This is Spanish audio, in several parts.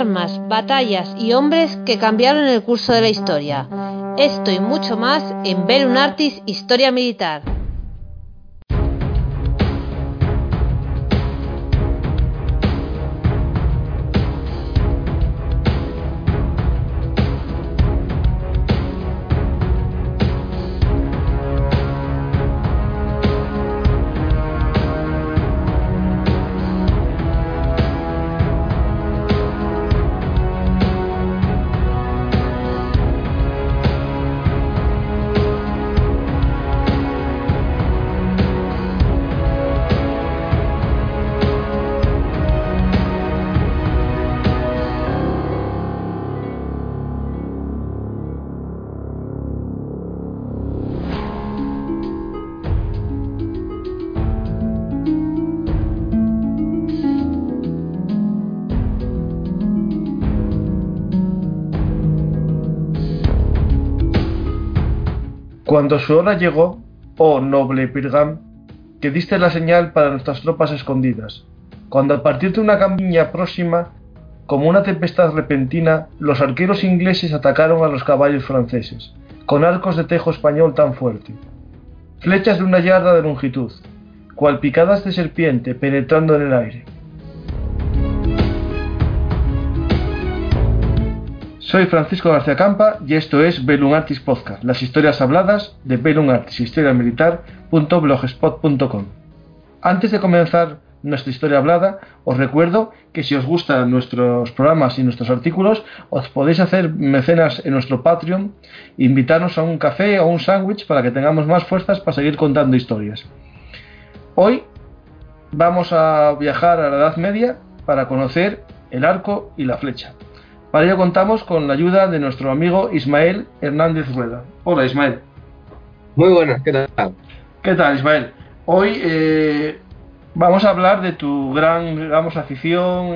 armas, batallas y hombres que cambiaron el curso de la historia. Esto y mucho más en Bellum Artis Historia Militar. Cuando su hora llegó, oh noble Pirgam, que diste la señal para nuestras tropas escondidas, cuando al partir de una campiña próxima, como una tempestad repentina, los arqueros ingleses atacaron a los caballos franceses, con arcos de tejo español tan fuerte, flechas de 1 yarda de longitud, cual picadas de serpiente penetrando en el aire. Soy Francisco García Campa y esto es Bellum Artis Podcast, las historias habladas de Bellum Artis historiamilitar.blogspot.com. Antes de comenzar nuestra historia hablada, os recuerdo que si os gustan nuestros programas y nuestros artículos, os podéis hacer mecenas en nuestro Patreon e invitarnos a un café o un sándwich para que tengamos más fuerzas para seguir contando historias. Hoy vamos a viajar a la Edad Media para conocer el arco y la flecha. Para ello contamos con la ayuda de nuestro amigo Ismael Hernández Rueda. Hola Ismael. Muy buenas, ¿qué tal? ¿Qué tal Ismael? Hoy vamos a hablar de tu gran, digamos, afición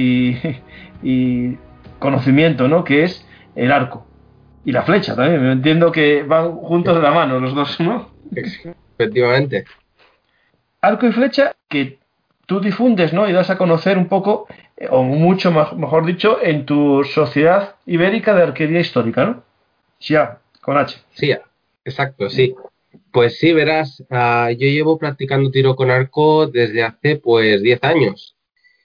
y conocimiento, ¿no? Que es el arco y la flecha también. Me entiendo que van juntos de la mano los dos, ¿no? Efectivamente. Arco y flecha que tú difundes, ¿no? Y das a conocer un poco, o mucho mejor dicho, en tu Sociedad Ibérica de Arquería Histórica, ¿no? SIA, con H. Sí, exacto, sí. Pues sí, verás, yo llevo practicando tiro con arco desde hace pues 10 años.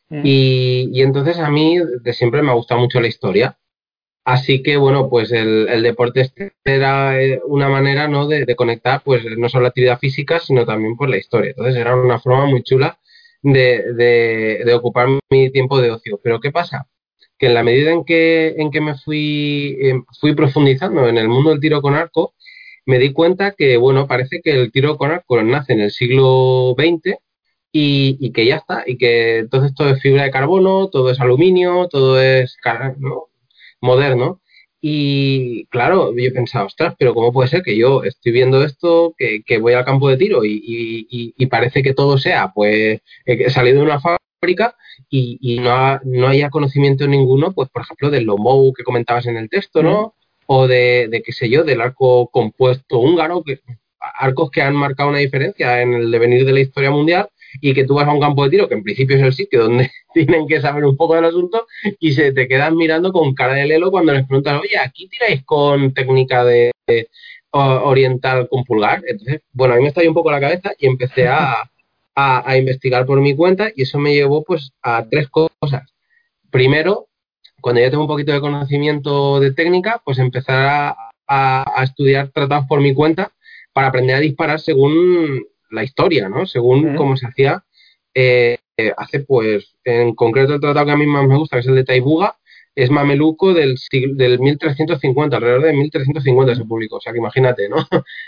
Y entonces a mí de siempre me ha gustado mucho la historia. Así que bueno, pues el deporte era una manera, ¿no? de conectar pues no solo la actividad física, sino también pues la historia. Entonces era una forma muy chula de ocupar mi tiempo de ocio. Pero ¿qué pasa? Que en la medida en que me fui profundizando en el mundo del tiro con arco, me di cuenta que, bueno, parece que el tiro con arco nace en el siglo XX y que ya está, y que entonces todo es fibra de carbono, todo es aluminio, todo es, ¿no?, moderno. Y claro, yo pensaba, ostras, pero ¿cómo puede ser que yo estoy viendo esto, que voy al campo de tiro y parece que todo sea, pues, he salido de una fábrica y no haya conocimiento ninguno, pues, por ejemplo, del Lomou que comentabas en el texto, ¿no? O de qué sé yo, del arco compuesto húngaro, arcos que han marcado una diferencia en el devenir de la historia mundial y que tú vas a un campo de tiro, que en principio es el sitio donde tienen que saber un poco del asunto, y se te quedan mirando con cara de lelo cuando les preguntas, oye, ¿aquí tiráis con técnica de oriental con pulgar? Entonces, bueno, a mí me estalló un poco la cabeza y empecé a investigar por mi cuenta, y eso me llevó pues a 3 cosas. Primero, cuando ya tengo un poquito de conocimiento de técnica, pues empezar a estudiar tratados por mi cuenta para aprender a disparar según la historia, ¿no? Según cómo se hacía hace, pues, en concreto el tratado que a mí más me gusta, que es el de Taibuga, es mameluco del 1350, alrededor de 1350 se publicó, o sea que imagínate, ¿no?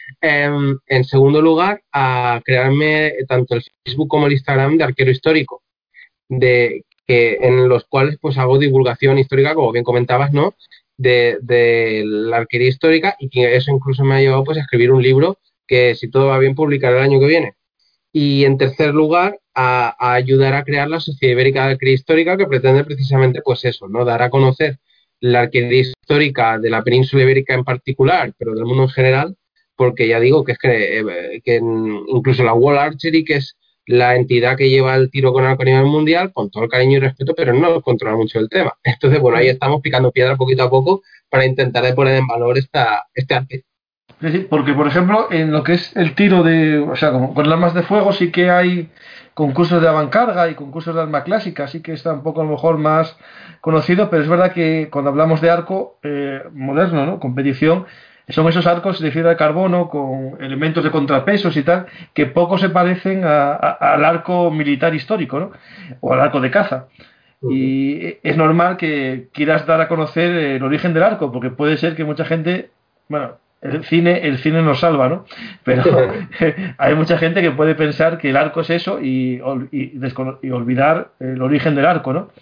En segundo lugar, a crearme tanto el Facebook como el Instagram de arquero histórico, en los cuales pues hago divulgación histórica, como bien comentabas, ¿no?, de la arquería histórica, y que eso incluso me ha llevado pues a escribir un libro que, si todo va bien, publicaré el año que viene. Y en tercer lugar, a ayudar a crear la Sociedad Ibérica de Arquería Histórica, que pretende precisamente pues eso, ¿no?, dar a conocer la arquería histórica de la península ibérica en particular, pero del mundo en general, porque ya digo que es que incluso la Wall Archery, que es la entidad que lleva el tiro con arco a nivel mundial, con todo el cariño y respeto, pero no controla mucho el tema. Entonces, bueno, ahí estamos picando piedra poquito a poco para intentar de poner en valor este arte. Sí, porque, por ejemplo, en lo que es el tiro o sea, con armas de fuego sí que hay concursos de avancarga y concursos de arma clásica, sí que está un poco a lo mejor más conocido, pero es verdad que cuando hablamos de arco moderno, ¿no? Competición, son esos arcos de fibra de carbono con elementos de contrapesos y tal, que poco se parecen al arco militar histórico, ¿no? O al arco de caza. Y es normal que quieras dar a conocer el origen del arco, porque puede ser que mucha gente, bueno, el cine nos salva, ¿no? Pero hay mucha gente que puede pensar que el arco es eso y olvidar el origen del arco, ¿no?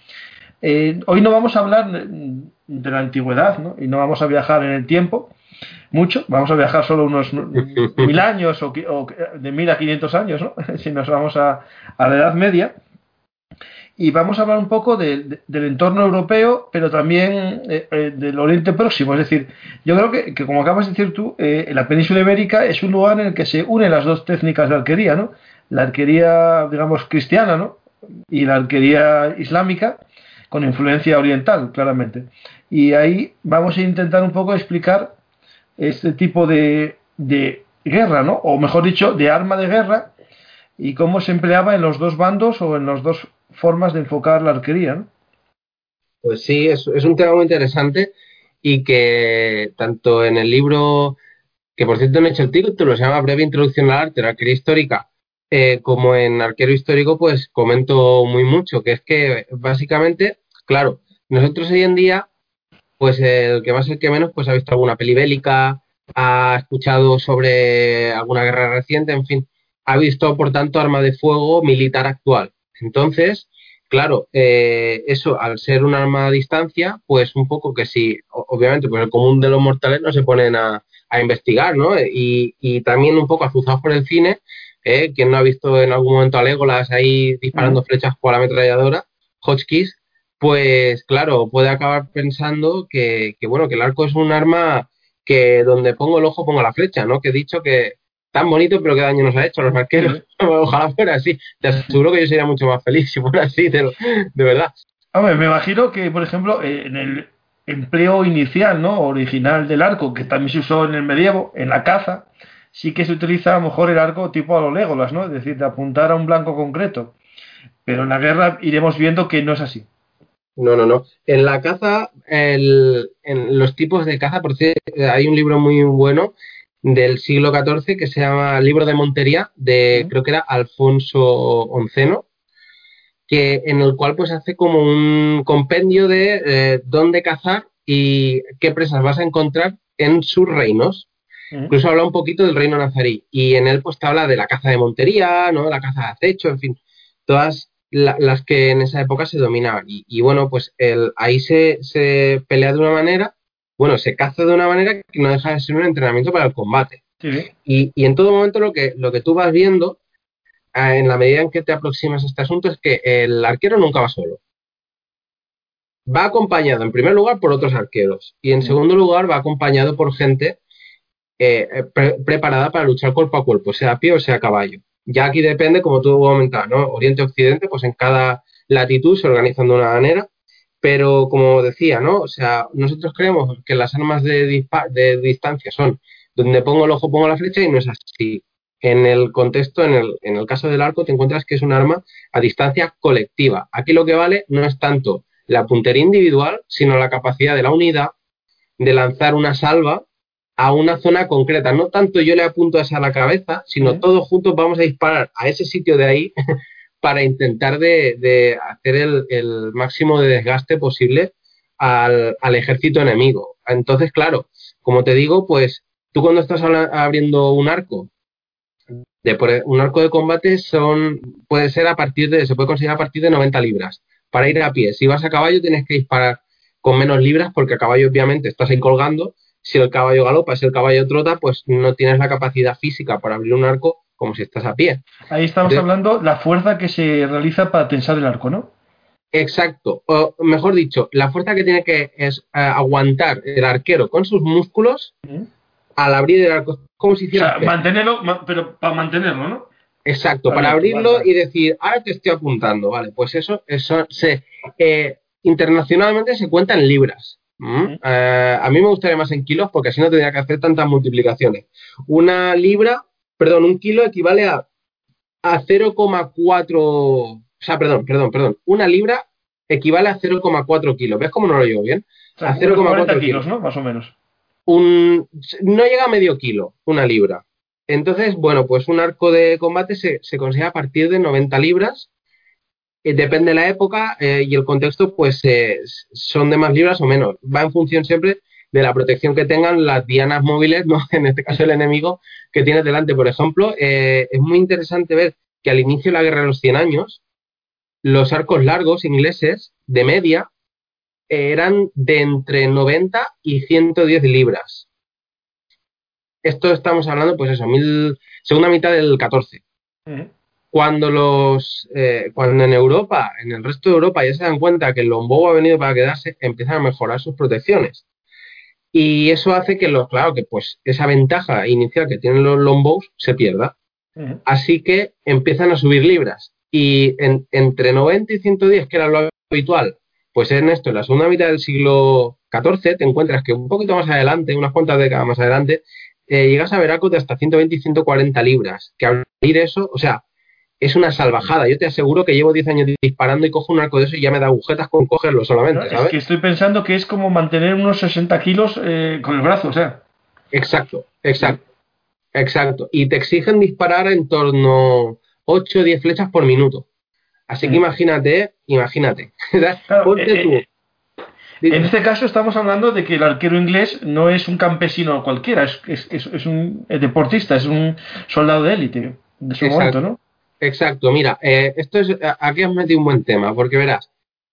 Hoy no vamos a hablar de la antigüedad, ¿no? Y no vamos a viajar en el tiempo mucho, vamos a viajar solo unos 1000 años o de 1000 a 500 años, ¿no? Si nos vamos a la Edad Media. Y vamos a hablar un poco del entorno europeo, pero también del Oriente Próximo. Es decir, yo creo que como acabas de decir tú, la península ibérica es un lugar en el que se unen las dos técnicas de arquería, ¿no? La arquería, digamos, cristiana, ¿no? Y la arquería islámica, con influencia oriental, claramente. Y ahí vamos a intentar un poco explicar este tipo de guerra, ¿no? O mejor dicho, de arma de guerra, y cómo se empleaba en los dos bandos o en las dos formas de enfocar la arquería, ¿no? Pues sí, es un tema muy interesante y que tanto en el libro, que por cierto no he hecho el título, se llama Breve Introducción al Arte, la arquería histórica, como en Arquero Histórico, pues comento muy mucho, que es que básicamente, claro, nosotros hoy en día, pues el que más el que menos, pues ha visto alguna peli bélica, ha escuchado sobre alguna guerra reciente, en fin, ha visto, por tanto, arma de fuego militar actual. Entonces, claro, eso, al ser un arma a distancia, pues un poco que si, obviamente, pues el común de los mortales no se ponen a investigar, ¿no? Y también un poco azuzados por el cine, quien no ha visto en algún momento a Legolas ahí disparando flechas con la ametralladora, Hotchkiss, pues claro, puede acabar pensando bueno, que el arco es un arma que donde pongo el ojo pongo la flecha, ¿no? Que he dicho que tan bonito, pero qué daño nos ha hecho a los arqueros. Sí. Ojalá fuera así. Te aseguro que yo sería mucho más feliz si fuera así, de verdad. Hombre, me imagino que, por ejemplo, en el empleo inicial, ¿no? Original del arco, que también se usó en el medievo, en la caza, sí que se utiliza a lo mejor el arco tipo a los Legolas, ¿no? Es decir, de apuntar a un blanco concreto. Pero en la guerra iremos viendo que no es así. No. En la caza, en los tipos de caza, por cierto, hay un libro muy bueno del siglo XIV que se llama Libro de Montería, creo que era Alfonso XI, en el cual pues hace como un compendio de dónde cazar y qué presas vas a encontrar en sus reinos. Incluso habla un poquito del reino nazarí y en él pues te habla de la caza de montería, ¿no? La caza de acecho, en fin, todas las que en esa época se dominaban. Y bueno, pues ahí se pelea de una manera, bueno, se caza de una manera que no deja de ser un entrenamiento para el combate. Sí. Y en todo momento lo que tú vas viendo, en la medida en que te aproximas a este asunto, es que el arquero nunca va solo. Va acompañado, en primer lugar, por otros arqueros y en segundo lugar va acompañado por gente preparada para luchar cuerpo a cuerpo, sea a pie o sea a caballo. Ya aquí depende, como tú comentabas, ¿no? Oriente-Occidente, pues en cada latitud se organizan de una manera, pero como decía, ¿no? O sea, nosotros creemos que las armas de distancia son donde pongo el ojo, pongo la flecha, y no es así. En el contexto, en el caso del arco, te encuentras que es un arma a distancia colectiva. Aquí lo que vale no es tanto la puntería individual, sino la capacidad de la unidad de lanzar una salva a una zona concreta. No tanto yo le apunto a la cabeza, sino todos juntos vamos a disparar a ese sitio de ahí para intentar de hacer el máximo de desgaste posible al ejército enemigo. Entonces, claro, como te digo, pues tú cuando estás abriendo un arco, un arco de combate puede ser se puede conseguir a partir de 90 libras para ir a pie. Si vas a caballo tienes que disparar con menos libras porque a caballo obviamente estás ahí colgando. Si el caballo galopa, si el caballo trota, pues no tienes la capacidad física para abrir un arco como si estás a pie. Ahí estamos hablando la fuerza que se realiza para tensar el arco, ¿no? Exacto, o mejor dicho, la fuerza que tiene que es aguantar el arquero con sus músculos al abrir el arco, como si hiciera. O sea, mantenerlo, pero para mantenerlo, ¿no? Exacto, para abrirlo y decir, ahora te estoy apuntando, vale, pues eso internacionalmente se cuenta en libras. A mí me gustaría más en kilos porque así no tendría que hacer tantas multiplicaciones. Un kilo equivale a 0,4, o sea, perdón, una libra equivale a 0,4 kilos. ¿Ves cómo no lo llevo bien? O sea, A 0,4 kilos, ¿no? Más o menos. No llega a medio kilo, una libra. Entonces, bueno, pues un arco de combate se consigue a partir de 90 libras. Depende de la época y el contexto, pues son de más libras o menos. Va en función siempre de la protección que tengan las dianas móviles, ¿no? En este caso el enemigo que tienes delante. Por ejemplo, es muy interesante ver que al inicio de la Guerra de los 100 años, los arcos largos ingleses, de media, eran de entre 90 y 110 libras. Esto estamos hablando, pues eso, segunda mitad del 14. Cuando en Europa, en el resto de Europa, ya se dan cuenta que el longbow ha venido para quedarse, empiezan a mejorar sus protecciones. Y eso hace que, claro, que pues esa ventaja inicial que tienen los longbows se pierda. Así que empiezan a subir libras. Y entre 90 y 110, que era lo habitual, pues en esto, en la segunda mitad del siglo XIV, te encuentras que un poquito más adelante, unas cuantas décadas más adelante, llegas a ver arcos de hasta 120 y 140 libras. Que abrir eso, o sea, es una salvajada. Yo te aseguro que llevo 10 años disparando y cojo un arco de eso y ya me da agujetas con cogerlo solamente, ¿sabes? Es que estoy pensando que es como mantener unos 60 kilos con el brazo, o sea. Exacto. Y te exigen disparar en torno 8 o 10 flechas por minuto. Así que imagínate. Claro, Ponte tú. En este caso estamos hablando de que el arquero inglés no es un campesino cualquiera, es un deportista, es un soldado de élite de su momento, ¿no? Exacto, mira, aquí has metido un buen tema, porque verás,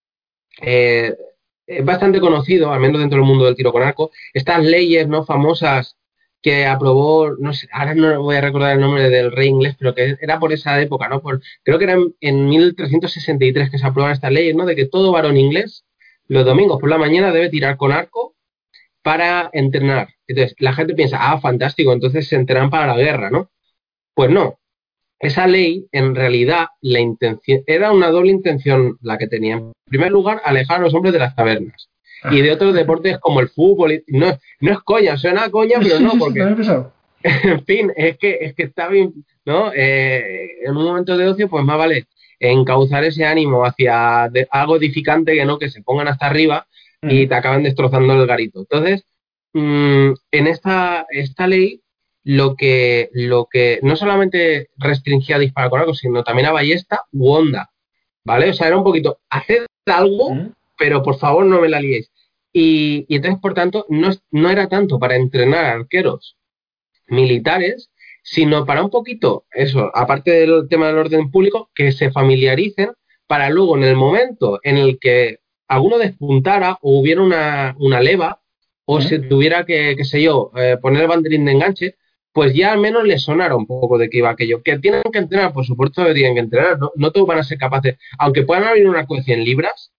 es bastante conocido, al menos dentro del mundo del tiro con arco, estas leyes no famosas que aprobó, no sé, ahora no voy a recordar el nombre del rey inglés, pero que era por esa época, ¿no? Creo que era en 1363 que se aprueban estas leyes, ¿no? De que todo varón inglés los domingos por la mañana debe tirar con arco para entrenar. Entonces, la gente piensa, fantástico, entonces se entrenan para la guerra, ¿no? Pues no. Esa ley, en realidad, la intención era una doble intención la que tenía. En primer lugar, alejar a los hombres de las tabernas y de otros deportes como el fútbol. No es coña, suena coña, pero no, porque en fin, es que está bien, ¿no? En un momento de ocio, pues más vale encauzar ese ánimo hacia algo edificante que se pongan hasta arriba y te acaban destrozando el garito. Entonces, en esta ley, lo que no solamente restringía disparar con arco, sino también a ballesta u onda, ¿vale? O sea, era un poquito, haced algo, pero por favor no me la liéis. Y entonces, por tanto, no era tanto para entrenar arqueros militares, sino para un poquito, eso, aparte del tema del orden público, que se familiaricen para luego, en el momento en el que alguno despuntara o hubiera una leva, o se tuviera que, qué sé yo, poner el banderín de enganche, pues ya al menos les sonara un poco de qué iba aquello. Que tienen que entrenar, por supuesto que tienen que entrenar, no todos van a ser capaces, aunque puedan abrir una arco de 100 libras,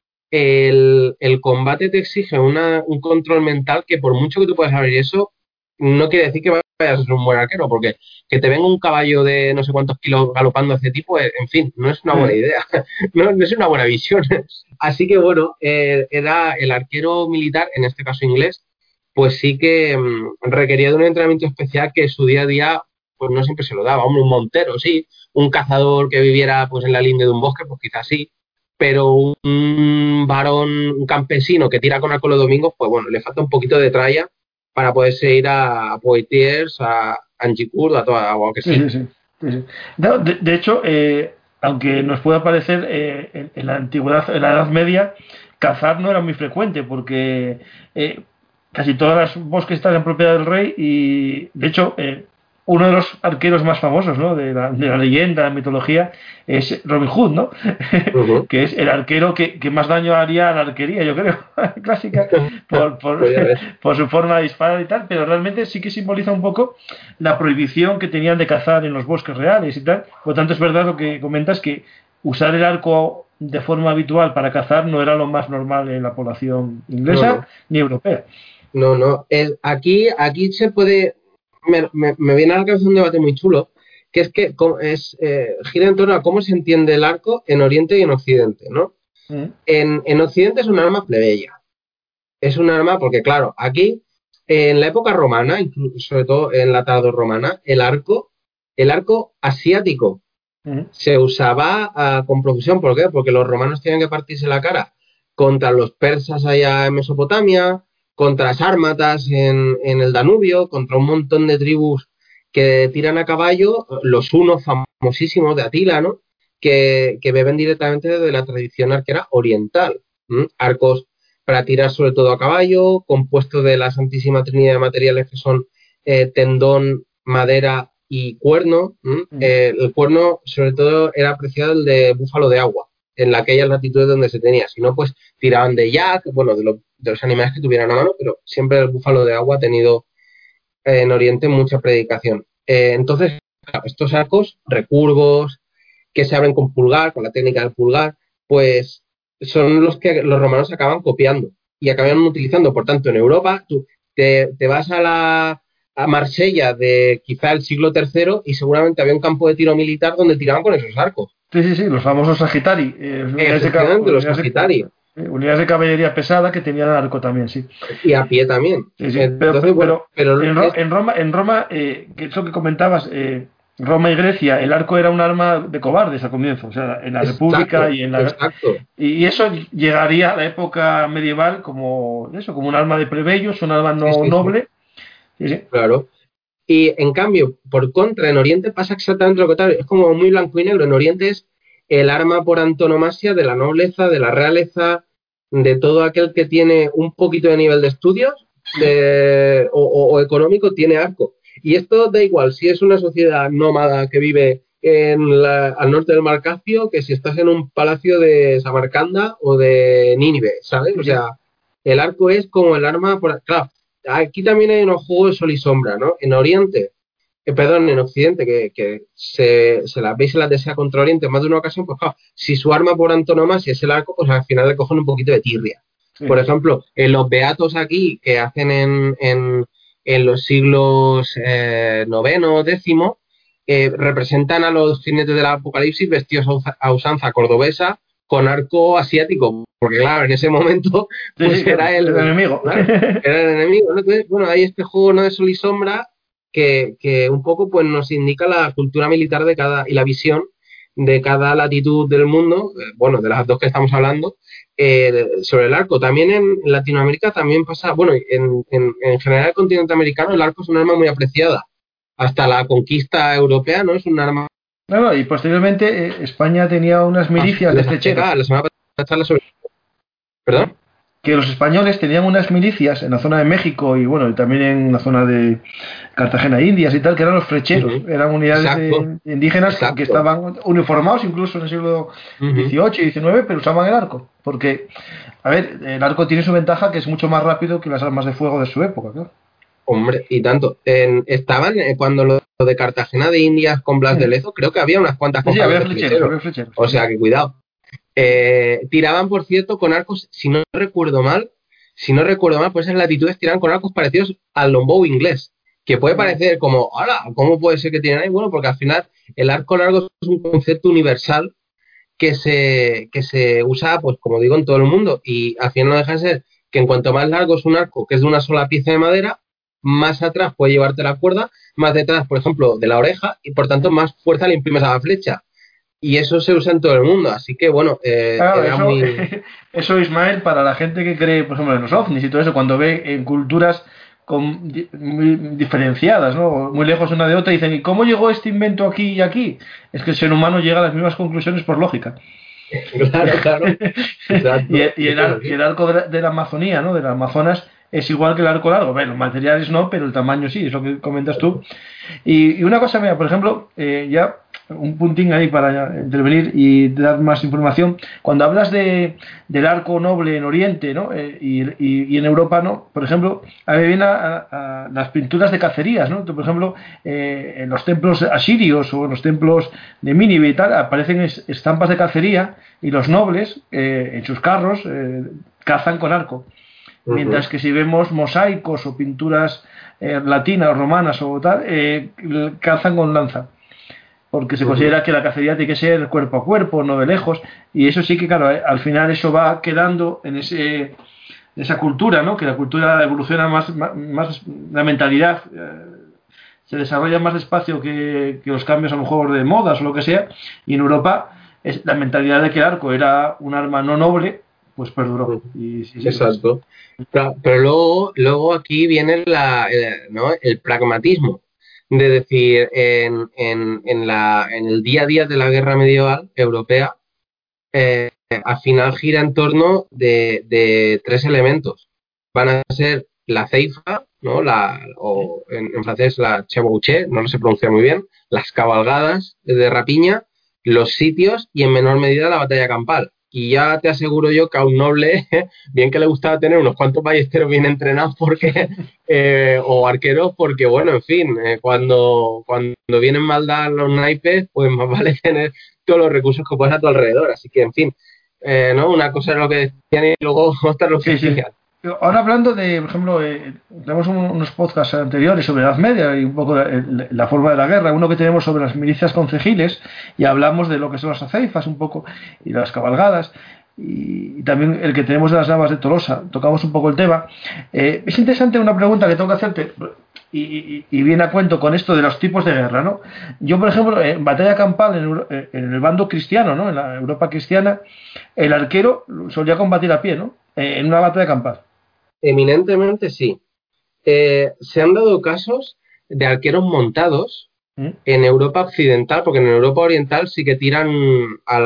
el combate te exige un control mental que por mucho que tú puedas abrir eso, no quiere decir que vayas a ser un buen arquero, porque que te venga un caballo de no sé cuántos kilos galopando a ese tipo, en fin, no es una buena idea, no es una buena visión. Así que bueno, era el arquero militar, en este caso inglés, pues sí que requería de un entrenamiento especial que su día a día pues no siempre se lo daba. Un montero, sí, un cazador que viviera pues en la linde de un bosque, pues quizás sí, pero un varón, un campesino que tira con arco los domingos, pues bueno, le falta un poquito de tralla para poderse ir a Poitiers, a Angicourt, a que sí. Sí. No, de hecho, aunque nos pueda parecer en la antigüedad, en la Edad Media, cazar no era muy frecuente porque casi todas las bosques están en propiedad del rey y, de hecho, uno de los arqueros más famosos, ¿no? de la leyenda, de la mitología, es Robin Hood, ¿no? Que es el arquero que más daño haría a la arquería, yo creo, clásica, por su forma de disparar y tal, pero realmente sí que simboliza un poco la prohibición que tenían de cazar en los bosques reales y tal. Por lo tanto, es verdad lo que comentas, que usar el arco de forma habitual para cazar no era lo más normal en la población inglesa ni europea. No. Aquí se puede... Me viene a la cabeza un debate muy chulo, que es que gira en torno a cómo se entiende el arco en Oriente y en Occidente, ¿no? En Occidente es un arma plebeya. Es un arma porque, claro, aquí, en la época romana, sobre todo en la tardorromana, el arco asiático se usaba con profusión. ¿Por qué? Porque los romanos tenían que partirse la cara contra los persas allá en Mesopotamia, contra sármatas en el Danubio, contra un montón de tribus que tiran a caballo, los hunos famosísimos de Atila, ¿no? Que beben directamente de la tradición arquera oriental. Arcos para tirar sobre todo a caballo, compuesto de la Santísima Trinidad de materiales que son tendón, madera y cuerno. El cuerno, sobre todo, era apreciado el de búfalo de agua, en aquellas latitudes donde se tenía. Si no, pues tiraban de yak, bueno, de los animales que tuvieran a mano, pero siempre el búfalo de agua ha tenido en Oriente mucha predicación. Entonces, claro, estos arcos recurvos, que se abren con pulgar, con la técnica del pulgar, pues son los que los romanos acaban copiando y acaban utilizando. Por tanto, en Europa, tú te vas a Marsella de quizá el siglo III y seguramente había un campo de tiro militar donde tiraban con esos arcos. Sí, los famosos Sagitari. Los Sagitari. Unidades de caballería pesada que tenían arco también, sí. Y a pie también. Sí. Entonces, pero en Roma, que eso que comentabas, Roma y Grecia, el arco era un arma de cobardes al comienzo, o sea, en la República y en la... Exacto. Y eso llegaría a la época medieval como un arma de plebeyos, un arma noble. Sí. Claro. Y en cambio, por contra, en Oriente pasa exactamente lo contrario. Es como muy blanco y negro. En Oriente es el arma por antonomasia de la nobleza, de la realeza, de todo aquel que tiene un poquito de nivel de estudios o económico, tiene arco. Y esto da igual si es una sociedad nómada que vive al norte del Mar Caspio, que si estás en un palacio de Samarcanda o de Nínive, ¿sabes? O sea, el arco es como el arma claro, aquí también hay unos juegos de sol y sombra, ¿no? En Oriente, en Occidente, que se las veis y las desea contra Oriente en más de una ocasión, pues claro, si su arma por antonomasia es el arco, pues al final le cogen un poquito de tirria. Sí. Por ejemplo, en los beatos aquí que hacen en los siglos IX, X, representan a los jinetes del apocalipsis vestidos a usanza cordobesa con arco asiático, porque claro, en ese momento pues era el enemigo. Claro, era el enemigo, ¿no? Entonces, bueno, hay este juego, ¿no?, de sol y sombra que un poco pues nos indica la cultura militar de y la visión de cada latitud del mundo, bueno, de las dos que estamos hablando, sobre el arco. También en Latinoamérica también pasa, bueno, en general el continente americano el arco es un arma muy apreciada. Hasta la conquista europea, ¿no? Es un arma... No, y posteriormente España tenía unas milicias de flecheros. La semana pasada sobre... ¿Perdón? Que los españoles tenían unas milicias en la zona de México y bueno, y también en la zona de Cartagena, Indias y tal, que eran los flecheros. Eran unidades indígenas que estaban uniformados incluso en el siglo XVIII y XIX, pero usaban el arco. Porque, a ver, el arco tiene su ventaja, que es mucho más rápido que las armas de fuego de su época, claro. Hombre, y tanto. Estaban cuando lo de Cartagena de Indias con Blas de Lezo, creo que había unas cuantas cosas. Sí, había flecheros. O sea que cuidado. Tiraban, por cierto, con arcos, si no recuerdo mal, pues en latitudes tiraban con arcos parecidos al longbow inglés, que puede parecer como, ¡hala! ¿Cómo puede ser que tienen ahí? Bueno, porque al final el arco largo es un concepto universal que se usa, pues como digo, en todo el mundo, y al final no deja de ser que en cuanto más largo es un arco, que es de una sola pieza de madera, más atrás puede llevarte la cuerda, más detrás, por ejemplo, de la oreja, y por tanto más fuerza le imprimes a la flecha. Y eso se usa en todo el mundo, así que bueno, claro, eso, Ismael, para la gente que cree, por ejemplo, en los ovnis y todo eso, cuando ve en culturas muy diferenciadas, ¿no?, muy lejos una de otra, dicen, ¿y cómo llegó este invento aquí y aquí? Es que el ser humano llega a las mismas conclusiones por lógica. Claro. Exacto. y el arco de la Amazonía, ¿no?, de las Amazonas, es igual que el arco largo. Bueno, los materiales no, pero el tamaño sí, es lo que comentas tú. Y una cosa, mira, por ejemplo, ya un puntín ahí para intervenir y dar más información. Cuando hablas del arco noble en Oriente, ¿no?, y en Europa, ¿no?, por ejemplo, a mí me vienen a las pinturas de cacerías, ¿no? Por ejemplo, en los templos asirios o en los templos de Nínive y tal, aparecen estampas de cacería y los nobles en sus carros cazan con arco. Mientras que si vemos mosaicos o pinturas latinas o romanas o tal, cazan con lanza. porque se considera que la cacería tiene que ser cuerpo a cuerpo, no de lejos, y eso sí que, claro, al final eso va quedando en esa cultura, ¿no? Que la cultura evoluciona más la mentalidad se desarrolla más despacio que los cambios a lo mejor de modas o lo que sea, y en Europa la mentalidad de que el arco era un arma no noble, pues perduró. Y, sí, exacto. Pero luego aquí viene ¿no? el pragmatismo, de decir, en el día a día de la guerra medieval europea, al final gira en torno de tres elementos. Van a ser la ceifa, ¿no? O en francés la chevauché, no lo sé pronunciar muy bien, las cabalgadas de rapiña, los sitios y en menor medida la batalla campal. Y ya te aseguro yo que a un noble, bien que le gustaba tener unos cuantos ballesteros bien entrenados porque o arqueros, porque bueno, en fin, cuando vienen mal dadas los naipes, pues más vale tener todos los recursos que puedas a tu alrededor. Así que, en fin, ¿no? Una cosa es lo que decían y luego otra lo que decían. Ahora hablando de, por ejemplo, tenemos unos podcasts anteriores sobre la Edad Media y un poco la forma de la guerra, uno que tenemos sobre las milicias concejiles y hablamos de lo que son las aceifas un poco y las cabalgadas y también el que tenemos de las navas de Tolosa, tocamos un poco el tema. Es interesante una pregunta que tengo que hacerte y viene a cuento con esto de los tipos de guerra, ¿no? Yo, por ejemplo, en batalla campal en el bando cristiano, ¿no? En la Europa cristiana, el arquero solía combatir a pie, ¿no? En una batalla campal. Eminentemente sí. Se han dado casos de arqueros montados en Europa occidental, porque en Europa oriental sí que tiran a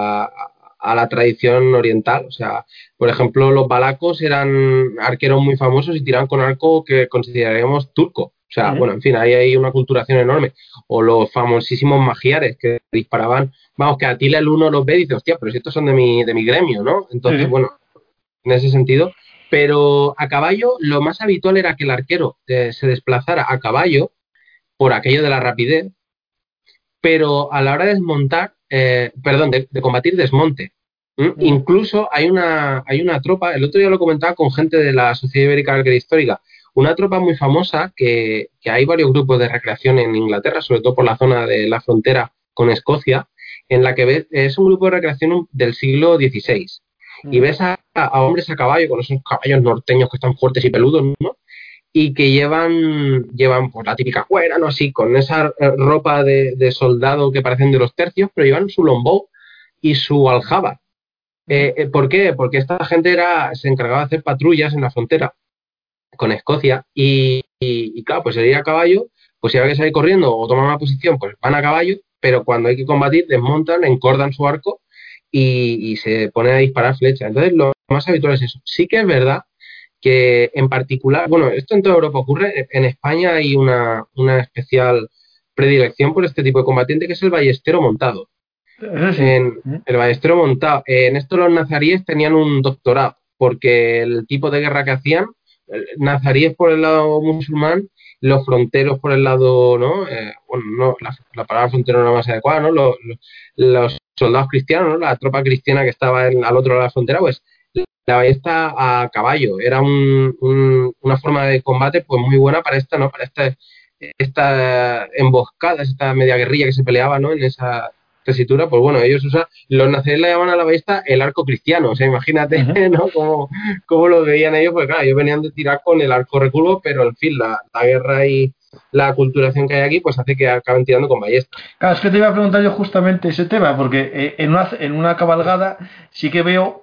la tradición oriental. O sea, por ejemplo, los balacos eran arqueros muy famosos y tiraban con arco que consideraríamos turco. O sea, bueno, en fin, ahí hay una culturación enorme. O los famosísimos magiares que disparaban, vamos, que Atila el Uno los ve y dice, hostia, pero si estos son de mi gremio, ¿no? Entonces, bueno, en ese sentido. Pero a caballo lo más habitual era que el arquero se desplazara a caballo por aquello de la rapidez, pero a la hora de desmontar, de combatir desmonte. Incluso hay una tropa, el otro día lo comentaba con gente de la Sociedad Ibérica de Arquería Histórica, una tropa muy famosa que hay varios grupos de recreación en Inglaterra, sobre todo por la zona de la frontera con Escocia, en la que es un grupo de recreación del siglo XVI. Y ves a hombres a caballo, con esos caballos norteños que están fuertes y peludos, ¿no? Y que llevan pues la típica cuera, ¿no? Así, con esa ropa de soldado que parecen de los tercios, pero llevan su longbow y su aljaba. ¿Por qué? Porque esta gente se encargaba de hacer patrullas en la frontera con Escocia y claro, pues el ir a caballo, pues si hay que salir corriendo o tomar una posición, pues van a caballo, pero cuando hay que combatir, desmontan, encordan su arco y se ponen a disparar flechas. Entonces, lo más habitual es eso. Sí que es verdad que en particular, bueno, esto en toda Europa ocurre, en España hay una especial predilección por este tipo de combatiente que es el ballestero montado. El ballestero montado. En esto los nazaríes tenían un doctorado, porque el tipo de guerra que hacían, nazaríes por el lado musulmán, los fronteros por el lado, ¿no? Bueno, no, la palabra frontero no es más adecuada, ¿no? Los soldados cristianos, ¿no? La tropa cristiana que estaba al otro lado de la frontera, pues la ballesta a caballo. Era una forma de combate pues muy buena para esta, ¿no? Para esta emboscada, esta media guerrilla que se peleaba, ¿no? En esa tesitura, pues bueno, ellos los nazaríes la llaman a la ballesta el arco cristiano. O sea, imagínate, ¿no? Cómo lo veían ellos, pues claro, ellos venían de tirar con el arco recurvo, pero en fin, la guerra y la culturación que hay aquí, pues hace que acaben tirando con ballesta. Claro, es que te iba a preguntar yo justamente ese tema, porque en una cabalgada sí que veo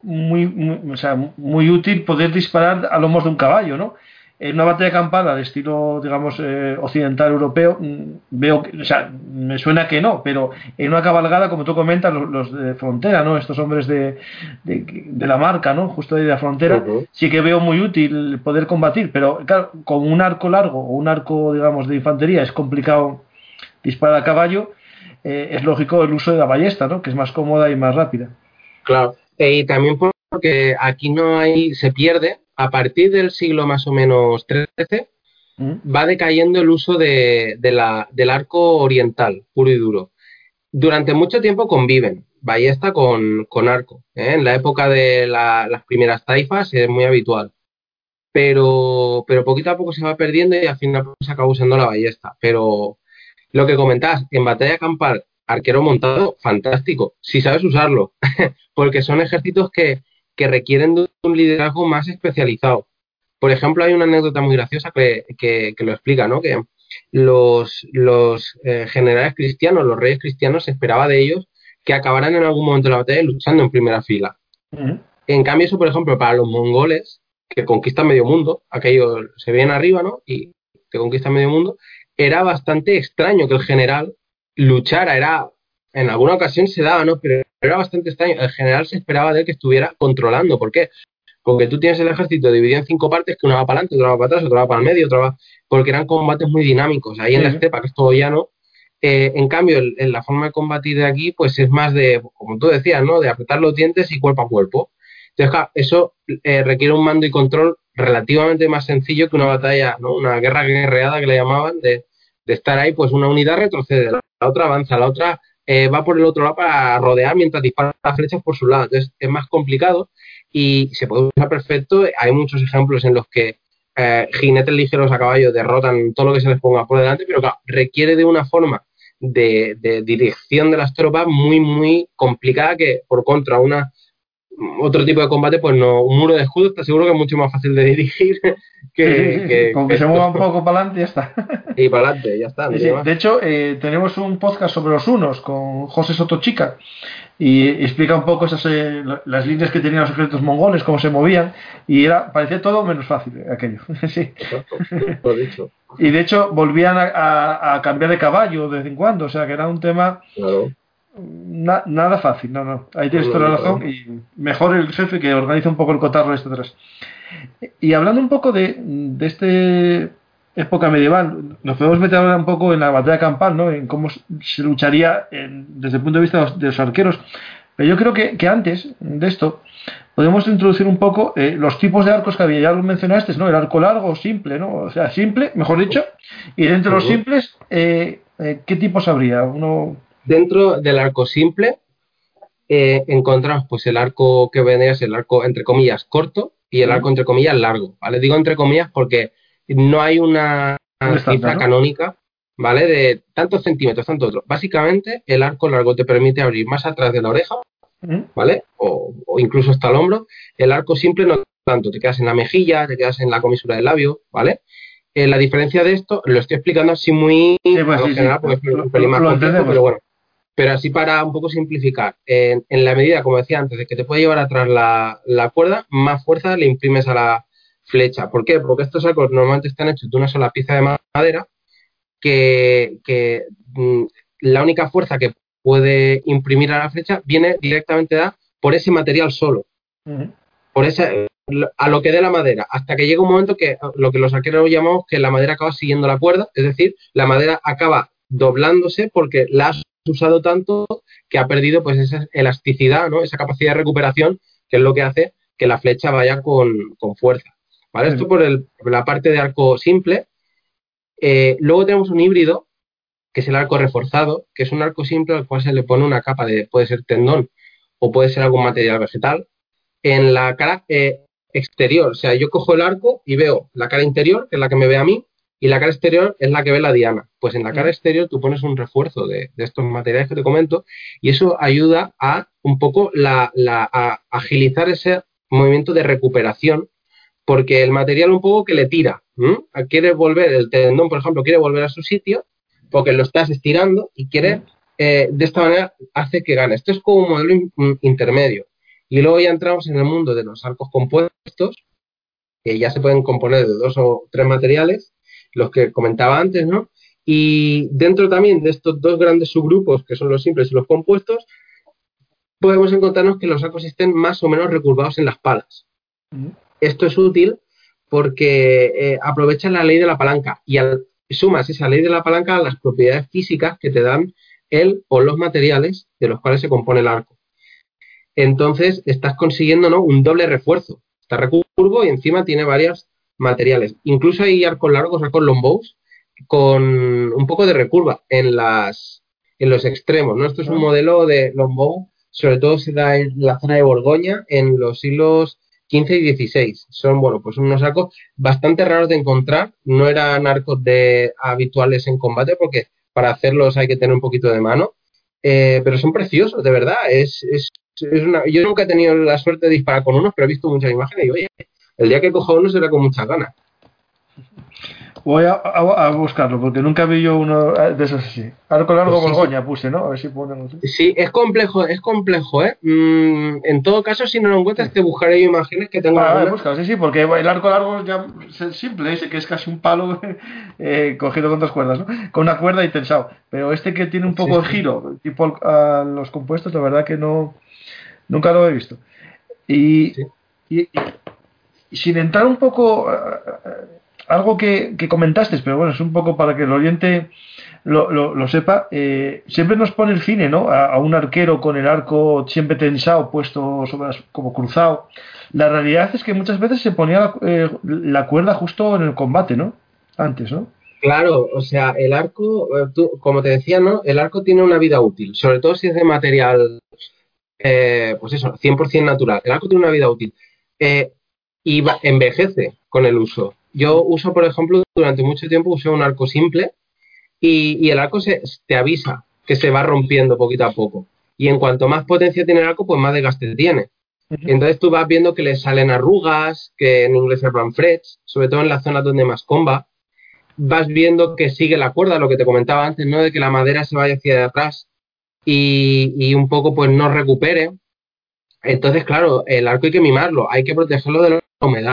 muy útil poder disparar a lomos de un caballo, ¿no? En una batalla campal de estilo, digamos, occidental europeo, veo, o sea, me suena que no, pero en una cabalgada, como tú comentas, los de frontera, ¿no? Estos hombres de la marca, ¿no? Justo de la frontera, sí que veo muy útil poder combatir, pero claro, con un arco largo o un arco, digamos, de infantería es complicado disparar a caballo. Es lógico el uso de la ballesta, ¿no? Que es más cómoda y más rápida. Claro, y también porque aquí se pierde, a partir del siglo más o menos XIII, va decayendo el uso del arco oriental, puro y duro. Durante mucho tiempo conviven ballesta con arco. En la época de las primeras taifas es muy habitual. Pero poquito a poco se va perdiendo y al final se acaba usando la ballesta. Pero lo que comentabas, en batalla campal, arquero montado, fantástico, si sabes usarlo, porque son ejércitos que requieren de un liderazgo más especializado. Por ejemplo, hay una anécdota muy graciosa que lo explica, ¿no? Que los generales cristianos, los reyes cristianos, se esperaba de ellos que acabaran en algún momento de la batalla luchando en primera fila. Uh-huh. En cambio, eso, por ejemplo, para los mongoles, que conquistan medio mundo, aquellos se ven arriba, ¿no? Y que conquistan medio mundo, era bastante extraño que el general luchara. En alguna ocasión se daba, ¿no? Pero era bastante extraño. El general se esperaba de él que estuviera controlando. ¿Por qué? Porque tú tienes el ejército dividido en 5 partes, que una va para adelante, otra va para atrás, otra va para el medio, otra va... Porque eran combates muy dinámicos. Ahí en la estepa, que es todo llano, en cambio, en la forma de combatir de aquí, pues es más de, como tú decías, ¿no? De apretar los dientes y cuerpo a cuerpo. Entonces, claro, eso requiere un mando y control relativamente más sencillo que una batalla, ¿no? Una guerra guerreada que le llamaban, de estar ahí, pues una unidad retrocede, la otra avanza, la otra va por el otro lado para rodear mientras dispara las flechas por su lado. Entonces, es más complicado y se puede usar perfecto. Hay muchos ejemplos en los que jinetes ligeros a caballo derrotan todo lo que se les ponga por delante, pero claro, requiere de una forma de dirección de las tropas muy, muy complicada que, por contra, otro tipo de combate, pues no, un muro de escudo está seguro que es mucho más fácil de dirigir con que se mueva un poco para adelante y ya está. Y para adelante, ya está. De hecho, tenemos un podcast sobre los hunos con José Sotochica y explica un poco las líneas que tenían los ejércitos mongoles, cómo se movían, y parecía todo menos fácil aquello. Sí. Exacto, lo he dicho. Y de hecho volvían a cambiar de caballo de vez en cuando, o sea que era un tema... Claro. Nada fácil, no. Ahí tienes toda la razón. Y mejor el jefe que organiza un poco el cotarro este atrás. Y hablando un poco de esta época medieval, nos podemos meter ahora un poco en la batalla campal, ¿no? En cómo se lucharía desde el punto de vista de los arqueros. Pero yo creo que antes de esto podemos introducir un poco los tipos de arcos que había. Ya lo mencionaste, ¿no? El arco largo o simple, ¿no? O sea, simple, mejor dicho. Y dentro de los simples, ¿qué tipos habría? Dentro del arco simple encontramos pues el arco que vendría a ser el arco entre comillas corto y el arco entre comillas largo, ¿vale? Digo entre comillas porque no hay una cifra, ¿no?, canónica, ¿vale? De tantos centímetros, tanto otro. Básicamente el arco largo te permite abrir más atrás de la oreja, ¿vale? O incluso hasta el hombro. El arco simple no tanto, te quedas en la mejilla, te quedas en la comisura del labio, ¿vale? La diferencia de esto lo estoy explicando así muy general porque es un pelín más complejo, pero bueno. Pero así para un poco simplificar, en la medida, como decía antes, de que te puede llevar atrás la cuerda, más fuerza le imprimes a la flecha. ¿Por qué? Porque estos arcos normalmente están hechos de una sola pieza de madera que la única fuerza que puede imprimir a la flecha viene directamente dada por ese material solo. Por a lo que dé la madera, hasta que llega un momento que lo que los arqueros llamamos que la madera acaba siguiendo la cuerda, es decir, la madera acaba doblándose porque la has usado tanto que ha perdido pues esa elasticidad, ¿no? Esa capacidad de recuperación, que es lo que hace que la flecha vaya con fuerza, ¿vale? Esto por la parte de arco simple. Luego tenemos un híbrido, que es el arco reforzado, que es un arco simple al cual se le pone una capa puede ser tendón o puede ser algún material vegetal, en la cara exterior. O sea, yo cojo el arco y veo la cara interior, que es la que me ve a mí, y la cara exterior es la que ve la diana. Pues en la cara exterior tú pones un refuerzo de estos materiales que te comento y eso ayuda a un poco a agilizar ese movimiento de recuperación, porque el material un poco que le tira, quiere volver, el tendón, por ejemplo, quiere volver a su sitio porque lo estás estirando y quiere, de esta manera, hace que gane. Esto es como un modelo intermedio. Y luego ya entramos en el mundo de los arcos compuestos, que ya se pueden componer de 2 o 3 materiales, los que comentaba antes, ¿no? Y dentro también de estos 2 grandes subgrupos, que son los simples y los compuestos, podemos encontrarnos que los arcos estén más o menos recurvados en las palas. Esto es útil porque aprovechan la ley de la palanca y sumas esa ley de la palanca a las propiedades físicas que te dan el o los materiales de los cuales se compone el arco. Entonces estás consiguiendo, ¿no?, un doble refuerzo. Está recurvo y encima tiene varios materiales. Incluso hay arcos largos, arcos longbows, con un poco de recurva en los extremos, ¿no? Esto es un modelo de longbow, sobre todo se da en la zona de Borgoña en los siglos XV y XVI. Son, bueno, pues unos arcos bastante raros de encontrar. No eran arcos habituales en combate porque para hacerlos hay que tener un poquito de mano, pero son preciosos, de verdad. Yo nunca he tenido la suerte de disparar con unos, pero he visto muchas imágenes y, oye, el día que coja uno será con muchas ganas. Voy a buscarlo, porque nunca vi yo uno de esos así. Arco largo pues Borgoña puse, ¿no? A ver si ponemos. Sí, es complejo, ¿eh? En todo caso, si no lo encuentras, te buscaré yo imágenes que tengo. Busca, sí, porque el arco largo ya es simple, ese que es casi un palo cogido con dos cuerdas, ¿no? Con una cuerda y tensado. Pero este que tiene un poco de giro, tipo a los compuestos, la verdad que nunca lo he visto. Y sin entrar un poco... algo que comentaste, pero bueno, es un poco para que el oyente lo sepa. Siempre nos pone el cine, ¿no? A un arquero con el arco siempre tensado, puesto como cruzado. La realidad es que muchas veces se ponía la cuerda justo en el combate, ¿no? Antes, ¿no? Claro, o sea, el arco, como te decía, ¿no? El arco tiene una vida útil, sobre todo si es de material, pues eso, 100% natural. El arco tiene una vida útil y envejece con el uso. Yo uso, por ejemplo, durante mucho tiempo usé un arco simple y el arco te avisa que se va rompiendo poquito a poco. Y en cuanto más potencia tiene el arco, pues más desgaste tiene. Entonces tú vas viendo que le salen arrugas, que en inglés se llaman frets, sobre todo en las zonas donde más comba. Vas viendo que sigue la cuerda, lo que te comentaba antes, ¿no? De que la madera se vaya hacia atrás y un poco pues no recupere. Entonces, claro, el arco hay que mimarlo, hay que protegerlo de la humedad.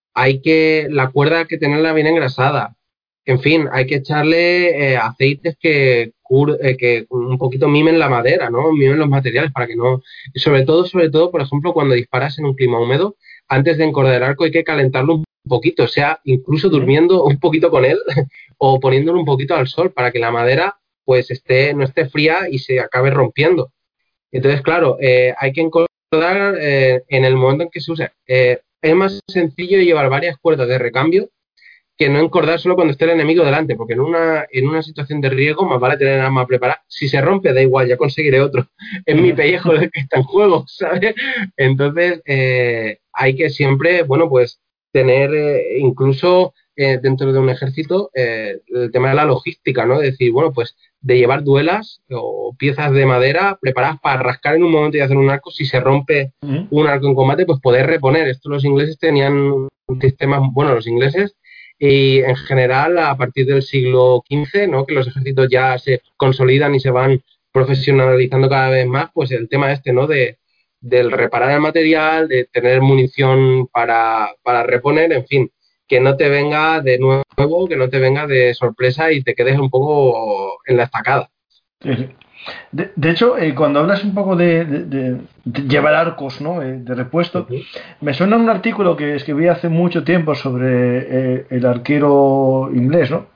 La cuerda hay que tenerla bien engrasada. En fin, hay que echarle aceites que un poquito mimen la madera, ¿no? Mimen los materiales para que no... Sobre todo, por ejemplo, cuando disparas en un clima húmedo, antes de encordar el arco hay que calentarlo un poquito, o sea, incluso durmiendo un poquito con él o poniéndolo un poquito al sol para que la madera pues no esté fría y se acabe rompiendo. Entonces, claro, hay que encordar en el momento en que se use. Es más sencillo llevar varias cuerdas de recambio que no encordar solo cuando esté el enemigo delante, porque en una situación de riesgo más vale tener arma preparada. Si se rompe, da igual, ya conseguiré otro. Es mi pellejo el que está en juego, ¿sabes? Entonces, hay que siempre, bueno, pues tener incluso dentro de un ejército el tema de la logística, ¿no? Decir, bueno, pues de llevar duelas o piezas de madera preparadas para rascar en un momento y hacer un arco. Si se rompe un arco en combate, pues poder reponer. Esto los ingleses tenían un sistema, bueno, los ingleses y en general a partir del siglo XV, ¿no? Que los ejércitos ya se consolidan y se van profesionalizando cada vez más, pues el tema ¿no? Del reparar el material, de tener munición para reponer, en fin, que no te venga de nuevo, que no te venga de sorpresa y te quedes un poco en la estacada. Sí. De hecho, cuando hablas un poco de llevar arcos, ¿no? De repuesto, me suena un artículo que escribí hace mucho tiempo sobre el arquero inglés, ¿no?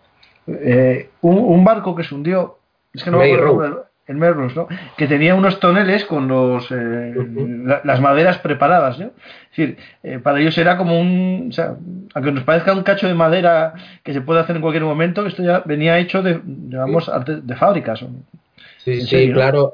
Un barco que se hundió, es que no me acuerdo el Merlus, ¿no? Que tenía unos toneles con las maderas preparadas, ¿no? Es decir, para ellos era como o sea, aunque nos parezca un cacho de madera que se puede hacer en cualquier momento, esto ya venía hecho digamos, de fábricas. Sí, sí, claro.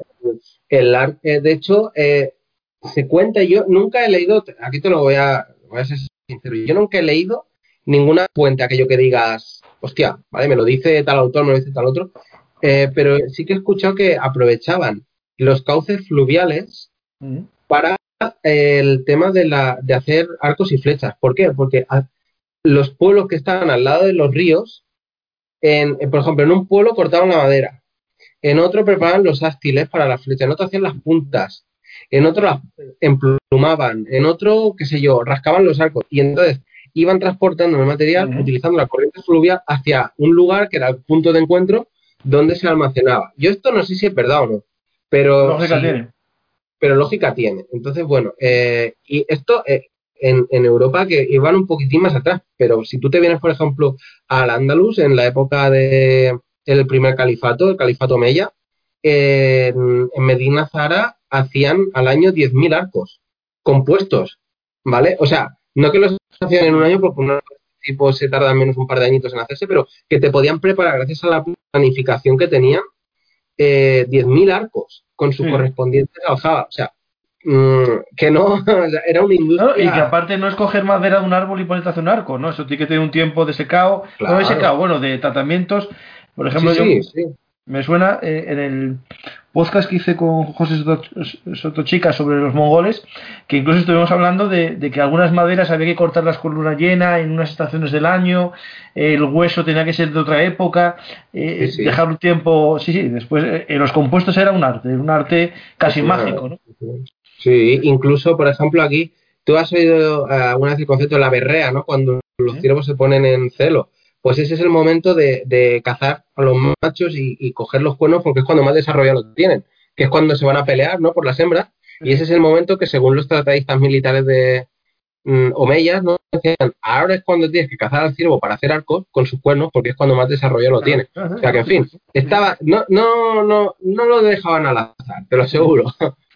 De hecho, se cuenta, yo nunca he leído, aquí te lo voy a ser sincero, yo nunca he leído ninguna fuente, aquello que digas, hostia, vale, me lo dice tal autor, me lo dice tal otro, pero sí que he escuchado que aprovechaban los cauces fluviales para el tema de hacer arcos y flechas. ¿Por qué? Porque los pueblos que estaban al lado de los ríos, por ejemplo, en un pueblo cortaban la madera, en otro preparaban los ástiles para las flechas, en otro hacían las puntas, en otro las emplumaban, en otro, qué sé yo, rascaban los arcos. Y entonces iban transportando el material utilizando la corriente fluvial hacia un lugar que era el punto de encuentro donde se almacenaba. Yo esto no sé si es verdad o no, pero lógica tiene. Pero lógica tiene. Entonces, bueno, y esto en Europa que iban un poquitín más atrás, pero si tú te vienes, por ejemplo, al Andalus en la época del primer califato, el califato Omeya, en Medina Zara hacían al año 10.000 arcos compuestos, ¿vale? O sea, no que los hacían en un año porque unos tipos se tardan menos un par de añitos en hacerse, pero que te podían preparar gracias a la planificación que tenían 10.000 arcos con sus correspondientes aljabas. O sea, que no, era una industria. No, y que aparte no es coger madera de un árbol y ponerte a hacer un arco, ¿no? Eso tiene que tener un tiempo de secado, claro. No de secado, bueno, de tratamientos. Por ejemplo, sí. Me suena en el podcast que hice con José Sotochica sobre los mongoles, que incluso estuvimos hablando de que algunas maderas había que cortarlas con luna llena en unas estaciones del año, el hueso tenía que ser de otra época, Sí. dejar un tiempo. Sí, después los compuestos era un arte casi mágico, ¿no? Sí, incluso, por ejemplo, aquí, tú has oído alguna vez el concepto de la berrea, ¿no? Cuando los ciervos se ponen en celo. Pues ese es el momento de cazar a los machos y coger los cuernos porque es cuando más desarrollado lo tienen, que es cuando se van a pelear, ¿no? Por las hembras. Y ese es el momento que, según los tratadistas militares de Omeyas, ¿no? Decían, ahora es cuando tienes que cazar al ciervo para hacer arcos con sus cuernos porque es cuando más desarrollado lo tiene. O sea que, en fin, estaba, no lo dejaban al azar, te lo aseguro.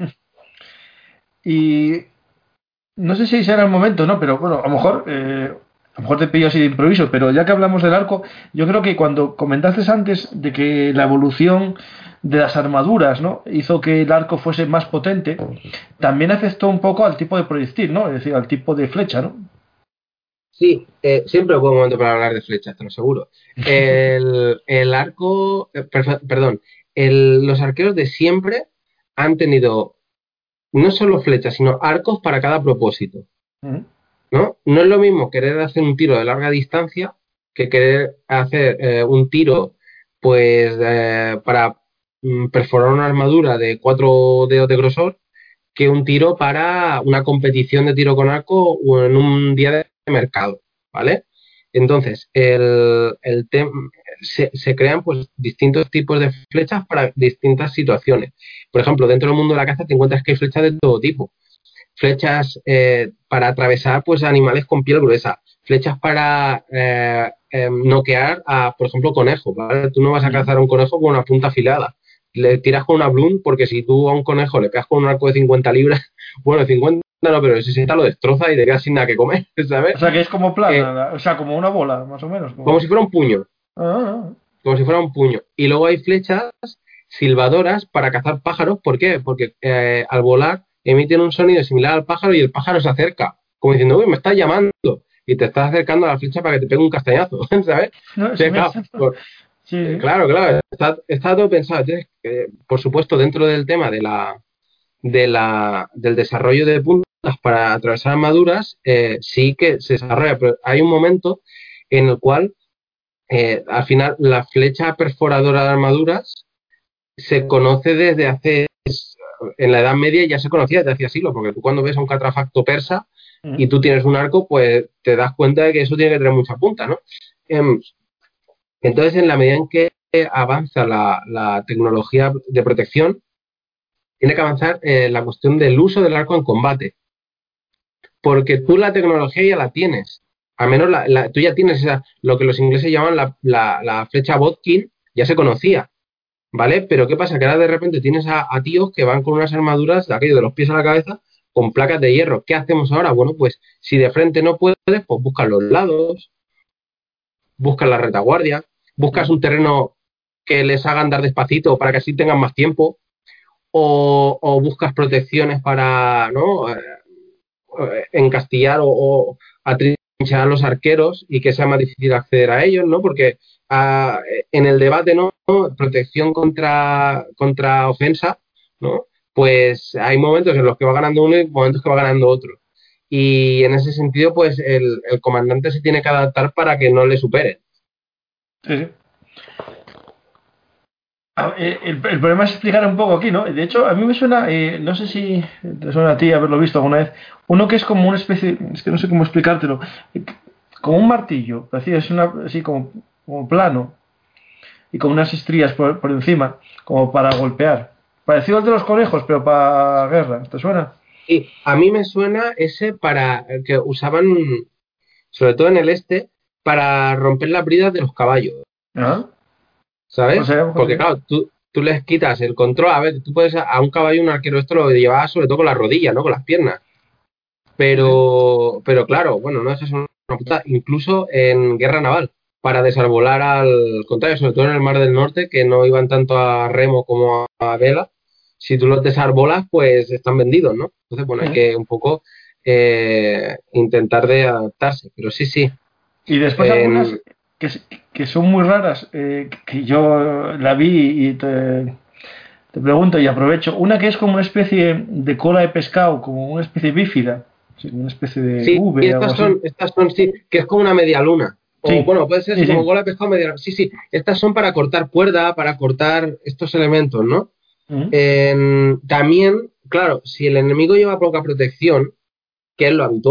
Y no sé si será el momento, ¿no? Pero bueno, a lo mejor te pillo así de improviso, pero ya que hablamos del arco, yo creo que cuando comentaste antes de que la evolución de las armaduras, ¿no? Hizo que el arco fuese más potente, también afectó un poco al tipo de proyectil, ¿no? Es decir, al tipo de flecha, ¿no? Sí, siempre es buen momento para hablar de flechas, te lo aseguro. El arco, perdón, los arqueros de siempre han tenido no solo flechas, sino arcos para cada propósito, ¿no? No es lo mismo querer hacer un tiro de larga distancia que querer hacer un tiro, pues, para perforar una armadura de 4 dedos de grosor, que un tiro para una competición de tiro con arco o en un día de mercado, ¿vale? Entonces, se crean pues distintos tipos de flechas para distintas situaciones. Por ejemplo, dentro del mundo de la caza te encuentras que hay flechas de todo tipo. Flechas para atravesar pues animales con piel gruesa, flechas para noquear a, por ejemplo, conejos, ¿vale? Tú no vas a cazar a un conejo con una punta afilada, le tiras con una bloom, porque si tú a un conejo le pegas con un arco de 50 libras, bueno, 50 no, pero de 60 lo destroza y te quedas sin nada que comer, ¿sabes? O sea, que es como plana, o sea, como una bola, más o menos. Como si fuera un puño, Ah, como si fuera un puño. Y luego hay flechas silbadoras para cazar pájaros, ¿por qué? Porque al volar emiten un sonido similar al pájaro y el pájaro se acerca, como diciendo, uy, me estás llamando, y te estás acercando a la flecha para que te pegue un castañazo, ¿sabes? no, Sí, claro, sí. claro, está todo pensado. Entonces, por supuesto, dentro del tema del desarrollo de puntas para atravesar armaduras, sí que se desarrolla, pero hay un momento en el cual, al final, la flecha perforadora de armaduras se conoce desde hace, en la Edad Media ya se conocía desde hacía siglos, porque tú cuando ves a un catafacto persa y tú tienes un arco, pues te das cuenta de que eso tiene que tener mucha punta, ¿no? Entonces, en la medida en que avanza la tecnología de protección, tiene que avanzar la cuestión del uso del arco en combate, porque tú la tecnología ya la tienes, al menos tú ya tienes lo que los ingleses llaman la flecha Bodkin, ya se conocía, ¿vale? Pero ¿qué pasa? Que ahora de repente tienes a tíos que van con unas armaduras de aquello de los pies a la cabeza con placas de hierro. ¿Qué hacemos ahora? Bueno, pues si de frente no puedes, pues buscas los lados, buscas la retaguardia, buscas un terreno que les haga andar despacito para que así tengan más tiempo, o buscas protecciones para, ¿no? Encastillar o atrinchar a los arqueros y que sea más difícil acceder a ellos, ¿no? Porque en el debate, ¿no? Protección contra ofensa, ¿no? Pues hay momentos en los que va ganando uno y momentos que va ganando otro. Y en ese sentido, pues el comandante se tiene que adaptar para que no le superen. Sí. El problema es explicar un poco aquí, ¿no? De hecho, a mí me suena, no sé si te suena a ti haberlo visto alguna vez, uno que es como una especie, es que no sé cómo explicártelo, como un martillo, es así como plano y con unas estrías por encima, como para golpear. Parecido al de los conejos, pero para guerra, ¿te suena? Y a mí me suena ese para que usaban, sobre todo en el este, para romper las bridas de los caballos. ¿Ah? ¿Sabes? Pues Porque sí. claro, tú les quitas el control. A ver, tú puedes a un caballo, un arquero, esto lo llevaba sobre todo con las rodillas, ¿no? Con las piernas. Sí. Pero claro, bueno, no es eso una puta. Incluso en guerra naval, para desarbolar al contrario, sobre todo en el Mar del Norte, que no iban tanto a remo como a vela. Si tú los desarbolas, pues están vendidos, ¿no? Entonces, bueno, hay que un poco intentar de adaptarse. Pero sí, sí. Y después En, que son muy raras, que yo la vi y te pregunto y aprovecho. Una que es como una especie de cola de pescado, como una especie bífida, sí, una especie de Sí, V, algo así. estas son, sí, que es como una media luna. O Sí, bueno, puede ser sí, como sí. cola de pescado media luna. Sí, sí, estas son para cortar cuerda, para cortar estos elementos, ¿no? Ujú. También, claro, si el enemigo lleva poca protección, que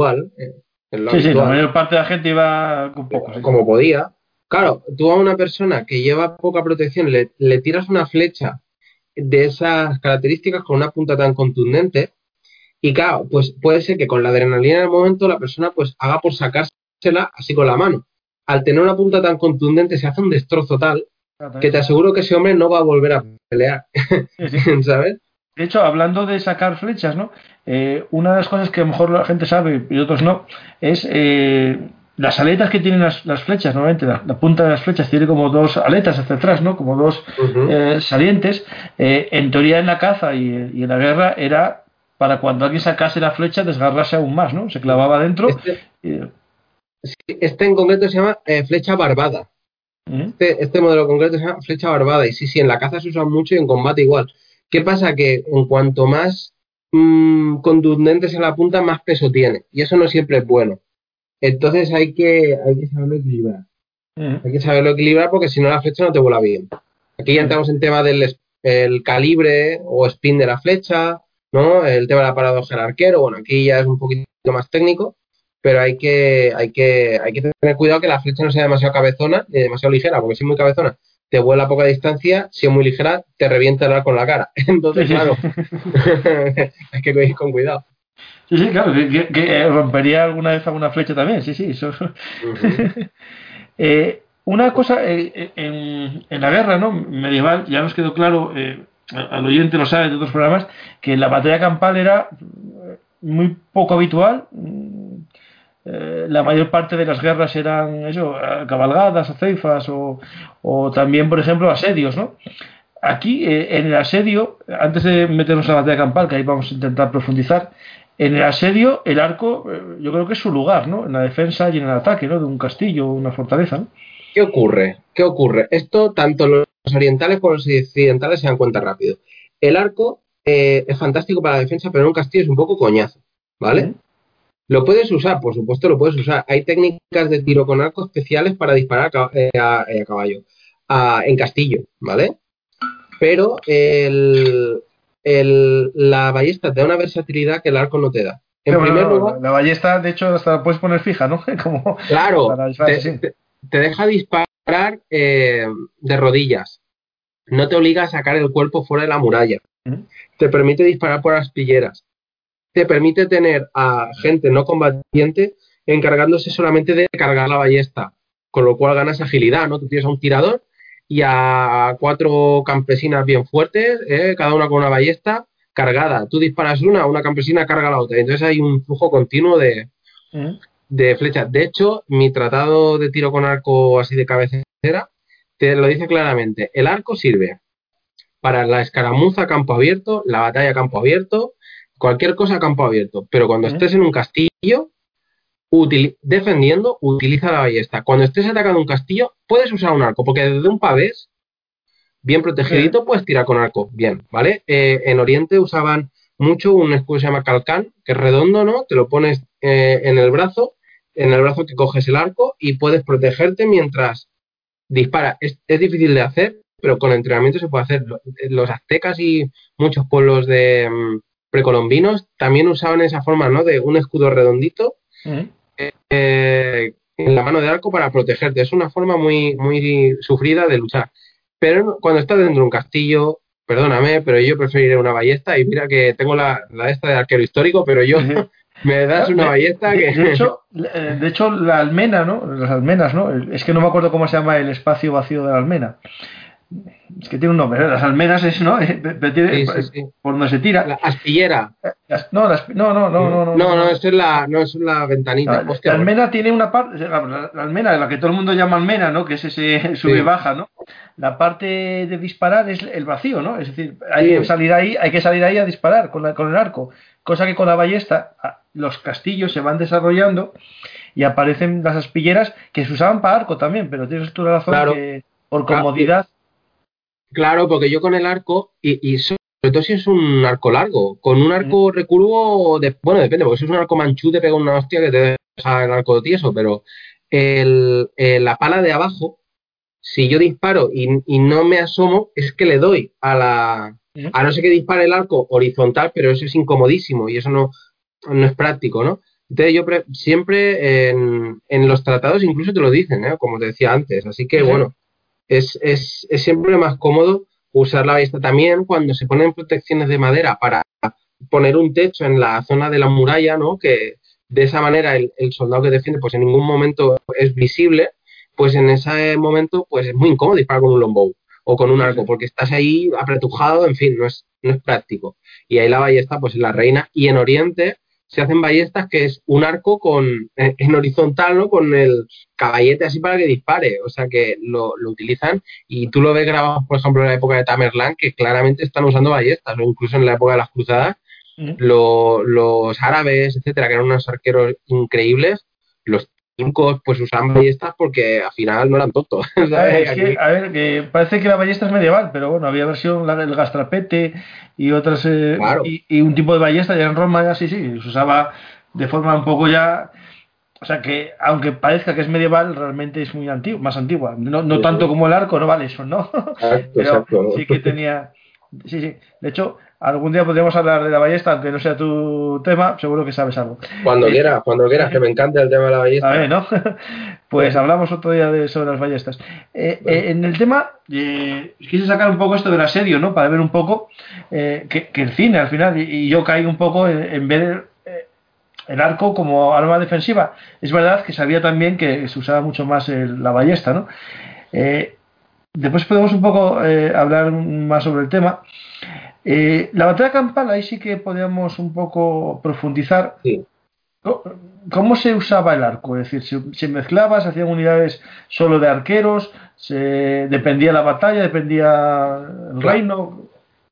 es lo Sí, sí, la habitual, mayor parte de la gente iba con poco, sí, sí. como podía. Claro, tú a una persona que lleva poca protección le tiras una flecha de esas características con una punta tan contundente y claro, pues puede ser que con la adrenalina del momento la persona pues haga por sacársela así con la mano. Al tener una punta tan contundente se hace un destrozo tal que te Exactamente. aseguro que ese hombre no va a volver a pelear, Sí, sí. ¿sabes? De hecho, hablando de sacar flechas, ¿no? Una de las cosas que a lo mejor la gente sabe y otros no, es las aletas que tienen las flechas, normalmente la punta de las flechas tiene como dos aletas hacia atrás, ¿no? Como dos Ujú. salientes. En teoría en la caza y en la guerra era para cuando alguien sacase la flecha desgarrarse aún más, ¿no? Se clavaba dentro. Este, Y, este en concreto se llama flecha barbada. ¿Mm? Este modelo concreto se llama flecha barbada y sí, sí, en la caza se usa mucho y en combate igual. ¿Qué pasa? Que en cuanto más contundente sea la punta, más peso tiene y eso no siempre es bueno. Entonces hay que saberlo equilibrar. ¿Mm? Hay que saberlo equilibrar porque si no la flecha no te vuela bien. Aquí ya Sí, sí. entramos en tema del el calibre o spin de la flecha, ¿no? El tema de la paradoja del arquero. Bueno, aquí ya es un poquito más técnico, pero hay que tener cuidado que la flecha no sea demasiado cabezona ni demasiado ligera, porque si es muy cabezona te vuela a poca distancia, si es muy ligera te revienta el arco en la cara. Sí, Entonces, sí, sí. claro, hay que ir con cuidado. Sí, sí, claro, que rompería alguna vez alguna flecha también, sí, sí, eso. Ujú. Una cosa, en la guerra, ¿no? Medieval, ya nos quedó claro, al oyente lo sabe de otros programas, que la batalla campal era muy poco habitual. La mayor parte de las guerras eran eso, cabalgadas, aceifas o también, por ejemplo, asedios, ¿no? Aquí, en el asedio, antes de meternos a la batalla campal, que ahí vamos a intentar profundizar, en el asedio, el arco, yo creo que es su lugar, ¿no? En la defensa y en el ataque, ¿no? De un castillo o una fortaleza, ¿no? ¿Qué ocurre? ¿Qué ocurre? Esto tanto los orientales como los occidentales se dan cuenta rápido. El arco es fantástico para la defensa, pero en un castillo es un poco coñazo, ¿Mm? ¿vale? Lo puedes usar, por supuesto lo puedes usar. Hay técnicas de tiro con arco especiales para disparar a caballo, en castillo, ¿vale? Pero la ballesta te da una versatilidad que el arco no te da. Sí, En bueno, primer no, lugar, la ballesta, de hecho, hasta la puedes poner fija, ¿no? Como claro, para disparar, sí. te deja disparar de rodillas. No te obliga a sacar el cuerpo fuera de la muralla. ¿Mm? Te permite disparar por aspilleras. Te permite tener a gente no combatiente encargándose solamente de cargar la ballesta, con lo cual ganas agilidad, ¿no? Tú tienes a un tirador y a 4 campesinas bien fuertes, cada una con una ballesta cargada. Tú disparas una campesina carga la otra. Entonces hay un flujo continuo ¿Mm? de flechas. De hecho, mi tratado de tiro con arco así de cabecera te lo dice claramente. El arco sirve para la escaramuza a campo abierto, la batalla a campo abierto, cualquier cosa a campo abierto. Pero cuando ¿Mm? estés en un castillo, defendiendo, utiliza la ballesta. Cuando estés atacando un castillo, puedes usar un arco, porque desde un pavés, bien Sí. protegidito, puedes tirar con arco. Bien, ¿vale? En Oriente usaban mucho un escudo que se llama calcán, que es redondo, ¿no? Te lo pones en el brazo que coges el arco y puedes protegerte mientras dispara. Es difícil de hacer, pero con entrenamiento se puede hacer. Los aztecas y muchos pueblos precolombinos también usaban esa forma, ¿no? De un escudo redondito ¿Mm? en la mano de arco para protegerte. Es una forma muy, muy sufrida de luchar. Pero cuando estás dentro de un castillo, perdóname, pero yo preferiré una ballesta y mira que tengo la esta de arquero histórico, pero yo Sí, sí. me das Claro, una ballesta que... de hecho, la almena, ¿no? Las almenas, ¿no? Es que no me acuerdo cómo se llama el espacio vacío de la almena. Es que tiene un nombre, ¿eh? Las almenas es, ¿no? Sí, sí, sí. Por donde se tira. La aspillera. No, no, no, no, no, no, no, No, no, no. eso es no es la ventanita. La Hostia, pues. almena tiene una parte, la almena, la que todo el mundo llama almena, ¿no? Que es ese sube y Sí, baja, ¿no? La parte de disparar es el vacío, ¿no? Es decir, sí. hay que salir ahí a disparar con el arco, cosa que con la ballesta los castillos se van desarrollando y aparecen las aspilleras que se usaban para arco también, pero tienes tu razón Claro. que por comodidad. Claro, porque yo con el arco, y sobre todo si es un arco largo, con un arco recurvo, bueno, depende, porque si es un arco manchú te pega una hostia que te deja el arco tieso, pero la pala de abajo, si yo disparo y no me asomo, es que le doy a no ser que dispare el arco horizontal, pero eso es incomodísimo y eso no es práctico, ¿no? Entonces yo siempre en los tratados incluso te lo dicen, ¿eh? Como te decía antes, así que bueno, es siempre más cómodo usar la ballesta también cuando se ponen protecciones de madera para poner un techo en la zona de la muralla, ¿no? Que de esa manera el soldado que defiende pues en ningún momento es visible, pues en ese momento pues es muy incómodo disparar con un longbow o con un arco, porque estás ahí apretujado, en fin, no es práctico. Y ahí la ballesta pues es la reina. Y en Oriente se hacen ballestas que es un arco en horizontal, ¿no? Con el caballete así para que dispare. O sea que lo utilizan y tú lo ves grabado, por ejemplo, en la época de Tamerlán, que claramente están usando ballestas, o incluso en la época de las cruzadas, los árabes, etcétera, que eran unos arqueros increíbles, los turcos pues usaban ballestas porque al final no eran tontos. Es que, a ver, que parece que la ballesta es medieval, pero bueno, había versión el gastrapete y otras Claro. y un tipo de ballesta ya en Roma ya sí, se usaba de forma un poco ya, o sea que aunque parezca que es medieval, realmente es muy antiguo, más antigua, no tanto como el arco, no vale eso, ¿no? Pero Exacto. sí que tenía, sí, de hecho algún día podríamos hablar de la ballesta, aunque no sea tu tema, seguro que sabes algo. Cuando quieras, que me encanta el tema de la ballesta. A ver, ¿no? Pues hablamos otro día sobre las ballestas. En el tema, quise sacar un poco esto del asedio, ¿no? Para ver un poco que el cine, al final, y yo caí un poco en ver el arco como arma defensiva. Es verdad que sabía también que se usaba mucho más la ballesta, ¿no? Después podemos un poco hablar más sobre el tema. La batalla campal, ahí sí que podríamos un poco profundizar. Sí. ¿Cómo se usaba el arco? Es decir, ¿se mezclaba, se hacían unidades solo de arqueros? ¿Dependía la batalla? ¿Dependía el reino?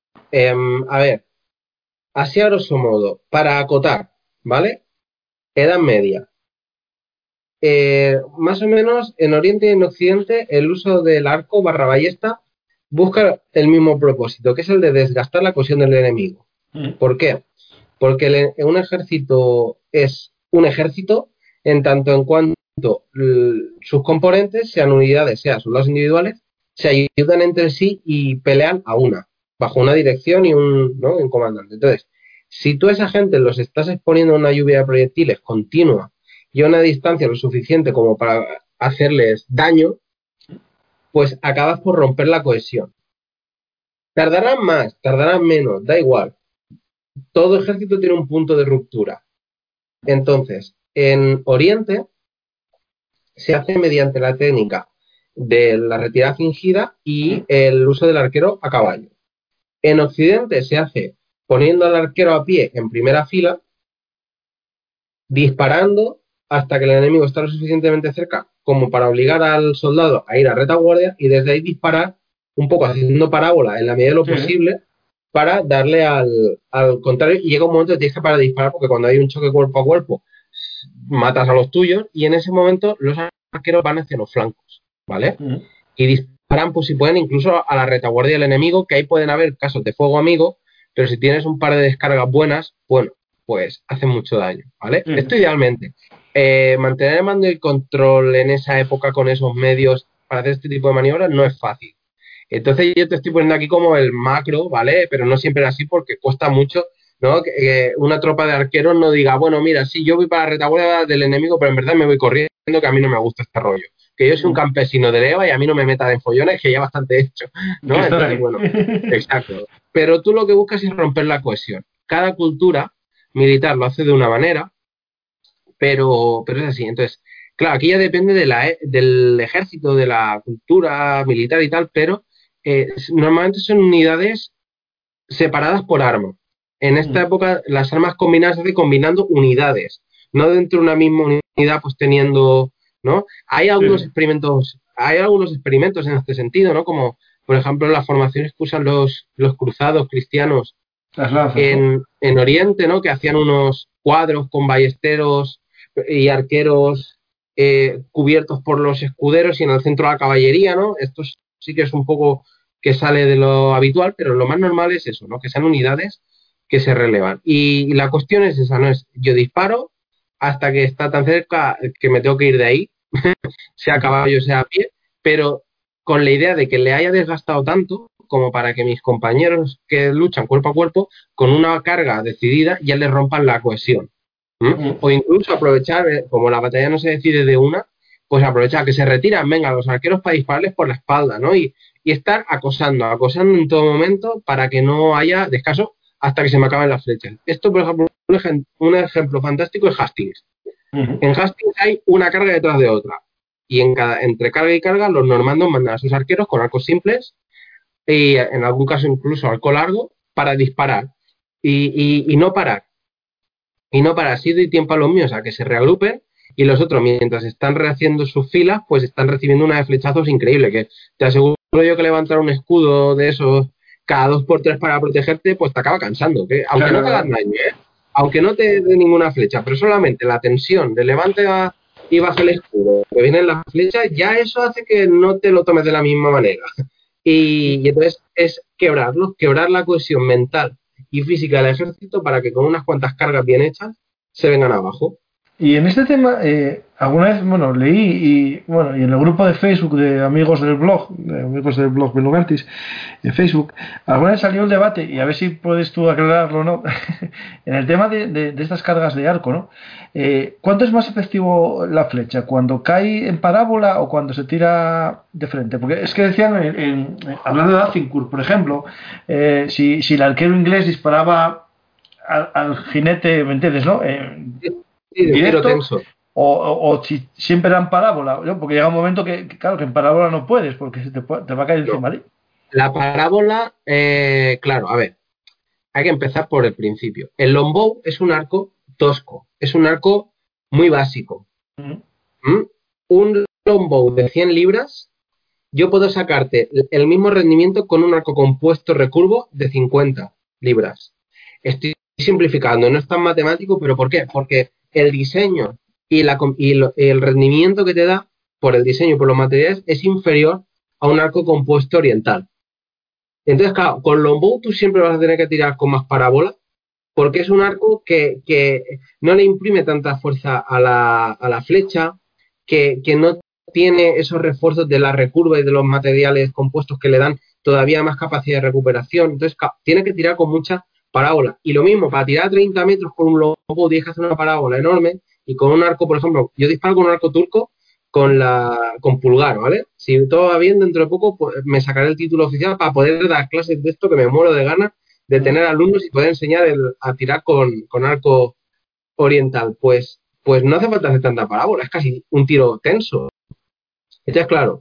A ver, así a grosso modo, para acotar, ¿vale? Edad Media. Más o menos en Oriente y en Occidente el uso del arco barra ballesta busca el mismo propósito, que es el de desgastar la cohesión del enemigo. ¿Por qué? Porque un ejército es un ejército en tanto en cuanto sus componentes, sean unidades, sean soldados individuales, se ayudan entre sí y pelean a una, bajo una dirección y un comandante. Entonces, si tú a esa gente los estás exponiendo a una lluvia de proyectiles continua y a una distancia lo suficiente como para hacerles daño, pues acabas por romper la cohesión. Tardarán más, tardarán menos, da igual. Todo ejército tiene un punto de ruptura. Entonces, en Oriente se hace mediante la técnica de la retirada fingida y el uso del arquero a caballo. En Occidente se hace poniendo al arquero a pie en primera fila, disparando hasta que el enemigo está lo suficientemente cerca como para obligar al soldado a ir a retaguardia y desde ahí disparar un poco haciendo parábola en la medida de lo posible para darle al contrario, y llega un momento que tienes que parar de disparar porque cuando hay un choque cuerpo a cuerpo matas a los tuyos y en ese momento los arqueros van hacia los flancos, ¿vale? Y disparan pues si pueden incluso a la retaguardia del enemigo, que ahí pueden haber casos de fuego amigo, pero si tienes un par de descargas buenas, bueno, pues hacen mucho daño, ¿vale? Esto idealmente. Mantener el mando y el control en esa época con esos medios para hacer este tipo de maniobras no es fácil. Entonces yo te estoy poniendo aquí como el macro, ¿vale? Pero no siempre es así porque cuesta mucho, ¿no? Que una tropa de arqueros no diga, bueno, mira, sí, yo voy para la retaguardia del enemigo, pero en verdad me voy corriendo, que a mí no me gusta este rollo. Que yo soy un campesino de leva y a mí no me meta de follones, que ya bastante hecho, ¿no? Entonces, bueno, exacto. Pero tú lo que buscas es romper la cohesión. Cada cultura militar lo hace de una manera, pero es así. Entonces, claro, aquí ya depende del ejército, de la cultura militar y tal, pero normalmente son unidades separadas por arma. En esta época las armas combinadas se hacen combinando unidades, no dentro de una misma unidad pues teniendo, ¿no? Hay algunos experimentos en este sentido, ¿no? Como por ejemplo las formaciones que usan los cruzados cristianos las lanzas, en Oriente, ¿no? Que hacían unos cuadros con ballesteros y arqueros cubiertos por los escuderos y en el centro la caballería, ¿no? Esto sí que es un poco que sale de lo habitual, pero lo más normal es eso, ¿no? Que sean unidades que se relevan. Y la cuestión es esa, ¿no? Es yo disparo hasta que está tan cerca que me tengo que ir de ahí, sea a caballo, sea a pie, pero con la idea de que le haya desgastado tanto como para que mis compañeros que luchan cuerpo a cuerpo, con una carga decidida, ya les rompan la cohesión. O incluso aprovechar, como la batalla no se decide de una, pues aprovechar que se retiran, venga, los arqueros para dispararles por la espalda, ¿no? Y estar acosando en todo momento para que no haya descanso hasta que se me acaben las flechas. Esto, por ejemplo, un ejemplo fantástico es Hastings. En Hastings hay una carga detrás de otra. Y entre carga y carga, los normandos mandan a sus arqueros con arcos simples y en algún caso incluso arco largo para disparar y no parar. Y no parar, así doy tiempo a los míos a que se reagrupen y los otros, mientras están rehaciendo sus filas, pues están recibiendo una de flechazos increíble, que te aseguro yo que levantar un escudo de esos cada 2 por 3 para protegerte, pues te acaba cansando, que aunque no te hagan daño, aunque no te dé ninguna flecha, pero solamente la tensión de levante y baja el escudo, que vienen las flechas, ya eso hace que no te lo tomes de la misma manera. Y entonces es quebrar la cohesión mental y física del ejército para que con unas cuantas cargas bien hechas se vengan abajo. Y en este tema, alguna vez, bueno, leí y en el grupo de Facebook de amigos del blog Belugartis, de Facebook, alguna vez salió el debate, y a ver si puedes tú aclararlo o no, en el tema de estas cargas de arco, ¿no? ¿Cuánto es más efectivo la flecha? ¿Cuando cae en parábola o cuando se tira de frente? Porque es que decían, hablando de Azincourt, por ejemplo, si el arquero inglés disparaba al jinete, ¿me entiendes, no? Directo, o si siempre era en parábola, ¿no? Porque llega un momento que claro, que en parábola no puedes porque te va a caer encima de ti. La parábola, claro, a ver, hay que empezar por el principio. El longbow es un arco tosco, es un arco muy básico. Un longbow de 100 libras, yo puedo sacarte el mismo rendimiento con un arco compuesto recurvo de 50 libras. Estoy simplificando, no es tan matemático, pero ¿por qué? Porque el diseño y el rendimiento que te da por el diseño y por los materiales es inferior a un arco compuesto oriental. Entonces, claro, con longbow tú siempre vas a tener que tirar con más parábola porque es un arco que no le imprime tanta fuerza a la flecha, que no tiene esos refuerzos de la recurva y de los materiales compuestos que le dan todavía más capacidad de recuperación. Entonces, tiene que tirar con mucha parábola. Y lo mismo, para tirar 30 metros con un longbow tienes que hacer una parábola enorme y con un arco, por ejemplo, yo disparo con un arco turco con pulgar, ¿vale? Si todo va bien, dentro de poco pues, me sacaré el título oficial para poder dar clases de esto que me muero de ganas de tener alumnos y poder enseñar a tirar con arco oriental. Pues no hace falta hacer tanta parábola, es casi un tiro tenso. Entonces, claro,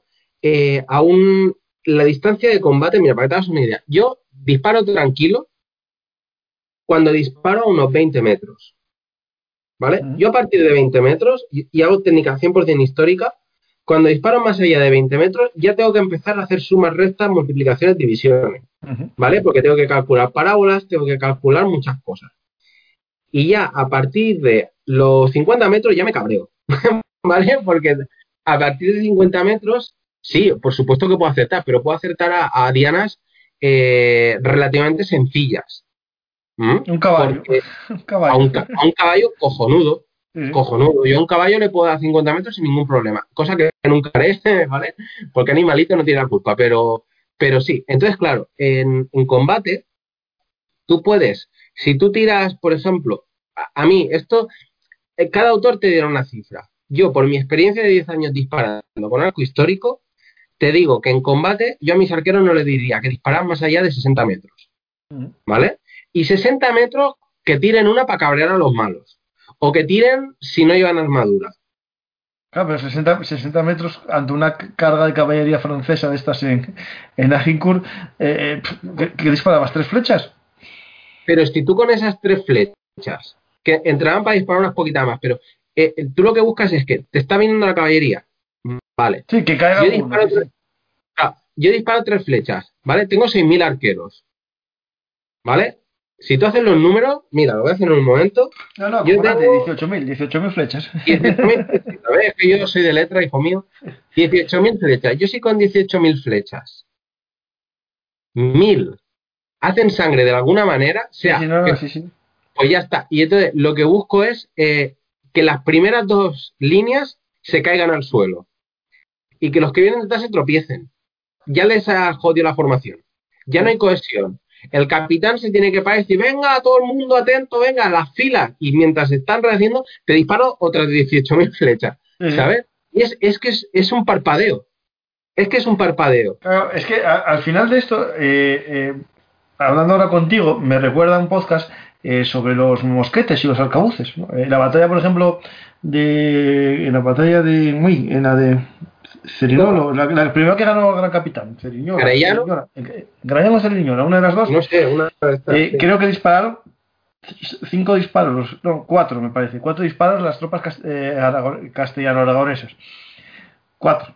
la distancia de combate, mira, para que te hagas una idea, yo disparo tranquilo cuando disparo a unos 20 metros, ¿vale? Yo a partir de 20 metros, y hago técnica 100% histórica, cuando disparo más allá de 20 metros, ya tengo que empezar a hacer sumas, restas, multiplicaciones, divisiones, ¿vale? Porque tengo que calcular parábolas, tengo que calcular muchas cosas. Y ya a partir de los 50 metros ya me cabreo, ¿vale? Porque a partir de 50 metros, sí, por supuesto que puedo acertar, pero puedo acertar a dianas relativamente sencillas. Un caballo. Un caballo. A un caballo cojonudo. Sí. Cojonudo. Yo a un caballo le puedo dar 50 metros sin ningún problema. Cosa que nunca haré, ¿vale? Porque animalito no tiene la culpa, pero sí. Entonces, claro, en combate, tú puedes, si tú tiras, por ejemplo, a mí, esto, cada autor te dirá una cifra. Yo, por mi experiencia de 10 años disparando con arco histórico, te digo que en combate yo a mis arqueros no les diría que disparan más allá de 60 metros. ¿Vale? Y 60 metros que tiren una para cabrear a los malos. O que tiren si no llevan armadura. Claro, pero 60 metros ante una carga de caballería francesa de estas en Agincourt, ¿que disparabas 3 flechas? Pero si tú con esas 3 flechas, que entraban para disparar unas poquitas más, pero tú lo que buscas es que te está viniendo la caballería. Vale. Sí, que caiga yo disparo 3 flechas, ¿vale? Tengo 6.000 arqueros. ¿Vale? Si tú haces los números, mira, lo voy a hacer en un momento. No, Yo comandante, tengo 18.000 flechas. 18.000 flechas. A ver, es que yo soy de letra, hijo mío. 18.000 flechas. Yo sí con 18.000 flechas. 1.000 hacen sangre de alguna manera, o Sí, sea, sí, no, que, sí. pues ya está. Y entonces lo que busco es que las primeras dos líneas se caigan al suelo y que los que vienen detrás se tropiecen. Ya les ha jodido la formación. Ya no hay cohesión. El capitán se tiene que parar y decir, venga, todo el mundo atento, venga, a las filas. Y mientras están rehaciendo, te disparo otras 18.000 flechas, Sí, sí. ¿sabes? Y es que es un parpadeo. Es que es un parpadeo. Claro, es que al final de esto, hablando ahora contigo, me recuerda un podcast sobre los mosquetes y los arcabuces, ¿no? En la batalla, por ejemplo, en la batalla en la de Cerinolo, la primera que ganó el gran capitán, Arellano, Grañano o Ceriñola, una de las dos, no sé, una de estas, sí. creo que dispararon 5 disparos, no, 4 me parece, 4 disparos las tropas castellano-aragonesas. 4.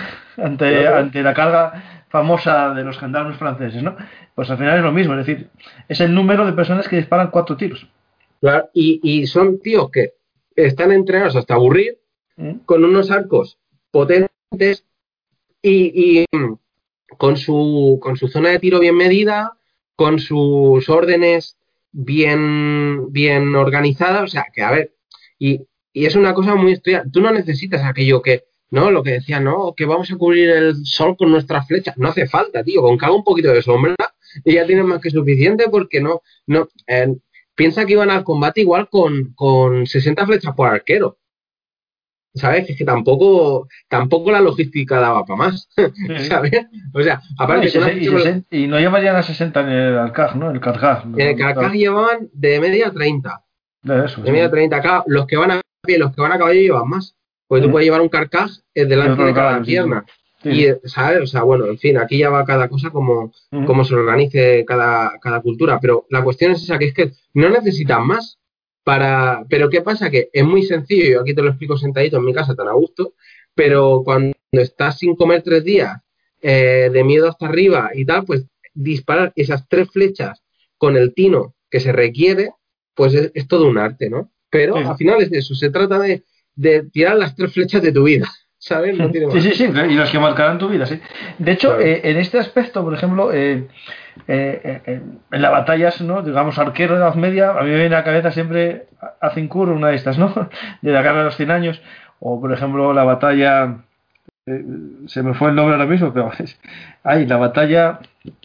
ante la carga famosa de los gendarmes franceses, ¿no? Pues al final es lo mismo, es decir, es el número de personas que disparan 4 tiros. Claro, y son tíos que están entrenados hasta aburrir, ¿Mm? con unos arcos potentes y con su zona de tiro bien medida, con sus órdenes bien organizadas, o sea, que a ver, y es una cosa muy estudiada. Tú no necesitas aquello que, ¿no? Lo que decía, no, que vamos a cubrir el sol con nuestras flechas. No hace falta, tío, con que haga un poquito de sombra y ya tienes más que suficiente porque no, piensa que iban al combate igual con 60 flechas por arquero. ¿Sabes? Que es que tampoco la logística daba para más. Sí. ¿Sabes? O sea, No, aparte que una y no llevarían a 60 en el Alcaj, ¿no? El Carcaj. en el Carcaj llevaban de media 30. De eso, De media sí. 30. Acá, los que van a pie, los que van a caballo llevan más. Porque tú puedes llevar un Carcaj Y delante otro de cada caballo, sí. pierna. Sí. Y, ¿sabes? O sea, bueno, en fin, aquí ya va cada cosa como se organice cada cultura. Pero la cuestión es esa, que es que no necesitan más. Pero ¿qué pasa? Que es muy sencillo, yo aquí te lo explico sentadito en mi casa tan a gusto, pero cuando estás sin comer 3 días, de miedo hasta arriba y tal, pues disparar esas 3 flechas con el tino que se requiere, pues es todo un arte, ¿no? Pero al Sí. final es de eso, se trata de tirar las 3 flechas de tu vida, ¿sabes? No tiene más. Sí, y los que marcarán tu vida, sí. De hecho, Claro. en este aspecto, por ejemplo, en las batallas, ¿no? Digamos, arquero de la Edad Media, a mí me viene a la cabeza siempre Azincourt, una de estas, ¿no? De la Guerra de los 100 años, o por ejemplo la batalla, se me fue el nombre ahora mismo, pero la batalla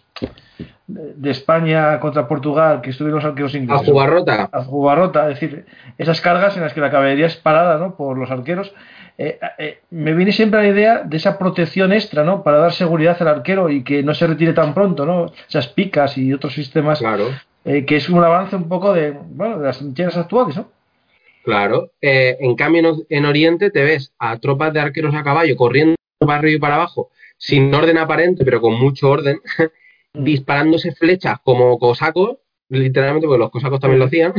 de España contra Portugal, que estuvieron los arqueros A ingleses. Jubarrota. A Jubarrota, es decir, esas cargas en las que la caballería es parada, ¿no? Por los arqueros. Me viene siempre la idea de esa protección extra, ¿no? Para dar seguridad al arquero y que no se retire tan pronto, ¿no? Esas picas y otros sistemas, Claro. Que es un avance un poco de las trincheras actuales, ¿no? Claro. En cambio, en Oriente te ves a tropas de arqueros a caballo corriendo para arriba y para abajo, sin orden aparente, pero con mucho orden, disparándose flechas como cosacos, literalmente, porque los cosacos también lo hacían,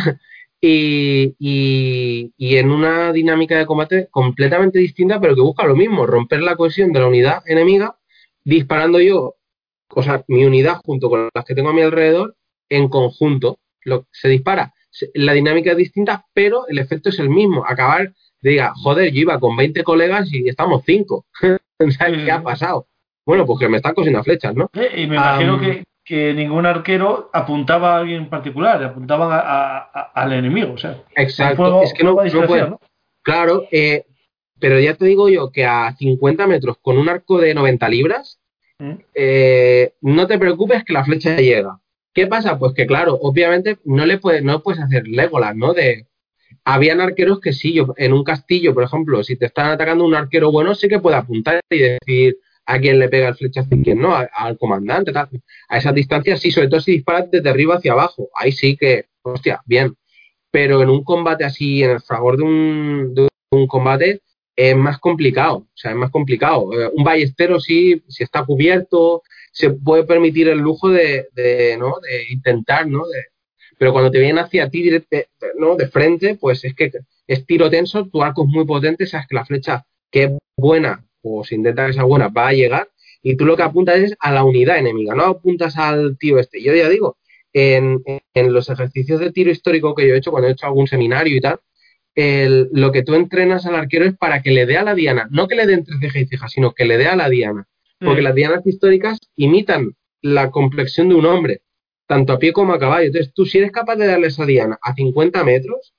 y en una dinámica de combate completamente distinta, pero que busca lo mismo, romper la cohesión de la unidad enemiga, disparando yo, o sea, mi unidad junto con las que tengo a mi alrededor, en conjunto. Se dispara, la dinámica es distinta, pero el efecto es el mismo. Acabar de diga, joder, yo iba con 20 colegas y estamos 5. ¿Sabes qué ha pasado? Bueno, pues que me están cosiendo flechas, ¿no? Y me imagino que ningún arquero apuntaba a alguien en particular, apuntaban al enemigo, o sea, exacto, es que fuego no, a discreción, ¿no? Claro, pero ya te digo yo que a 50 metros con un arco de 90 libras, no te preocupes que la flecha llega. ¿Qué pasa? Pues que claro, obviamente no puedes hacer Legolas, ¿no? Habían arqueros que sí, yo en un castillo, por ejemplo, si te están atacando un arquero bueno, sí que puede apuntar y decir a quién le pega el flechazo y quién no, al comandante, tal. A esas distancias sí, sobre todo si disparas desde arriba hacia abajo, ahí sí que, hostia, bien. Pero en un combate así, en el fragor de un combate, es más complicado, o sea, es más complicado. Un ballestero sí, si está cubierto, se puede permitir el lujo ¿no? De intentar, ¿no? Pero cuando te vienen hacia ti ¿no? De frente, pues es que es tiro tenso, tu arco es muy potente, sabes que la flecha que es buena, o se intenta que sea buena, va a llegar, y tú lo que apuntas es a la unidad enemiga, no apuntas al tío este. Yo ya digo en los ejercicios de tiro histórico que yo he hecho, cuando he hecho algún seminario y tal, lo que tú entrenas al arquero es para que le dé a la diana, no que le dé entre ceja y ceja, sino que le dé a la diana. Porque las dianas históricas imitan la complexión de un hombre, tanto a pie como a caballo. Entonces, tú si eres capaz de darle esa diana a 50 metros